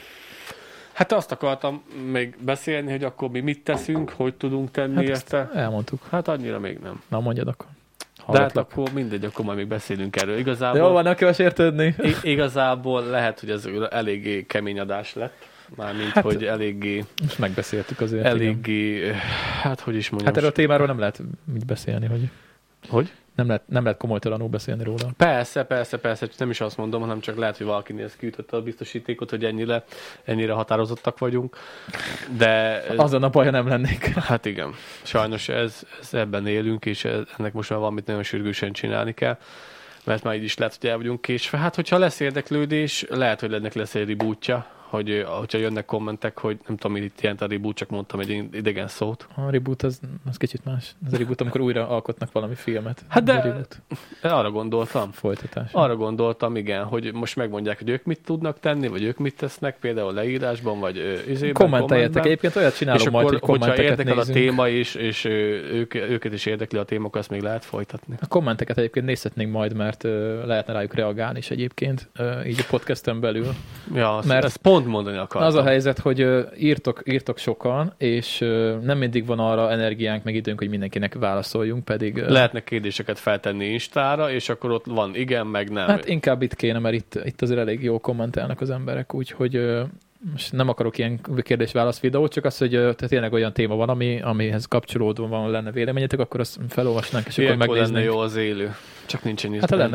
Hát azt akartam még beszélni, hogy akkor mi mit teszünk, hogy tudunk tenni Hát ezt. elmondtuk. Hát annyira még nem. Na, mondjad akkor. De hát akkor mindegy, akkor majd még beszélünk erről. Igazából, Jó, van, nem kell sértődni. Igazából lehet, hogy ez eléggé kemény adás lett. Mármint, Hát, hogy eléggé... Most megbeszéltük azért. Eléggé... Hát, hogy is mondjam. Hát erről a témáról nem lehet úgy beszélni, hogy... Hogy? Nem lehet komolytalanul beszélni róla. Persze, nem is azt mondom, hanem csak lehet, hogy valakinél ez kiütötte a biztosítékot, hogy ennyire határozottak vagyunk. De... Azon a baja nem lennék. Hát igen. Sajnos ebben élünk, és ennek most már valamit nagyon sürgősen csinálni kell, mert már így is lehet, hogy el vagyunk késve. Hát, hogyha lesz érdeklődés, lehet, hogy ennek lesz egy rebootja, hogyha jönnek kommentek, hogy nem tudom, mit jelent a reboot, csak mondtam egy idegen szót. A reboot az kicsit más. Az a reboot, amikor újra alkotnak valami filmet. Hát de arra gondoltam. Folytatás. Arra gondoltam, igen, hogy most megmondják, hogy ők mit tudnak tenni, vagy ők mit tesznek, például leírásban, vagy kommenteljetek. Egyébként olyat csinálom és majd, akkor, hogy kommenteket érdekel nézünk. a téma, és őket is érdekli a téma, akkor azt még lehet folytatni. A kommenteket egyébként nézhetnénk majd, mert lehetne rájuk reagálni is egyébként, így a podcasten belül. Ja, mert ezt pont mondani akartam. Az a helyzet, hogy írtok sokan, és nem mindig van arra energiánk, meg időnk, hogy mindenkinek válaszoljunk, pedig... Lehetne kérdéseket feltenni Instára, és akkor ott van igen, meg nem. Hát inkább itt kéne, mert itt azért elég jól kommentelnek az emberek, úgyhogy most nem akarok ilyen kérdés-válasz videót, csak az, hogy tényleg olyan téma van, amihez kapcsolódóan lenne véleményetek, akkor azt felolvasnánk, és ilyenkor akkor megnéznénk. lenne jó az élő. Csak nincs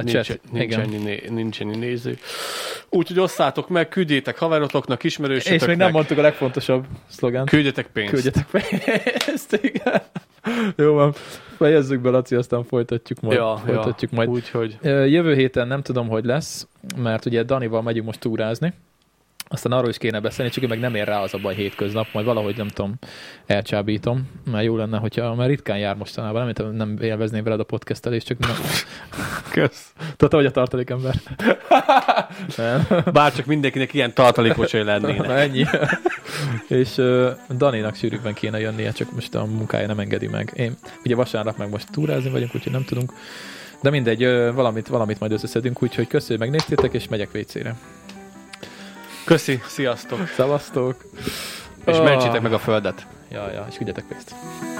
ennyi néző. Úgyhogy osszátok meg, küldjétek haverotoknak, ismerősöknek. És még nem mondtuk a legfontosabb szlogánt. Küldjetek pénzt. Küldjetek pénzt, igen. Jó van, fejezzük be, Laci, aztán folytatjuk majd. Úgyhogy... Jövő héten nem tudom, hogy lesz, mert ugye Danival megyünk most túrázni. Aztán arról is kéne beszélni, csak ő meg nem ér rá az a baj hétköznap, majd valahogy nem tudom, elcsábítom, mert jó lenne, hogyha már ritkán jár mostanában, nem élvezném veled a podcastelést, csak nem. Kösz. Tudod, hogy a tartalékember. Bárcsak mindenkinek ilyen tartalékosai lennének. Na, ennyi. És Daninak sűrűbben kéne jönnie, csak most a munkája nem engedi meg. Én ugye vasárnap meg most túrázni vagyunk, úgyhogy nem tudunk. De mindegy, valamit majd összeszedünk, úgyhogy köszönjük, hogy megnéztétek, és megyek WC-re. Köszi, sziasztok! Szevasztok! És mentsétek meg a földet! Ja, és küldjetek pénzt!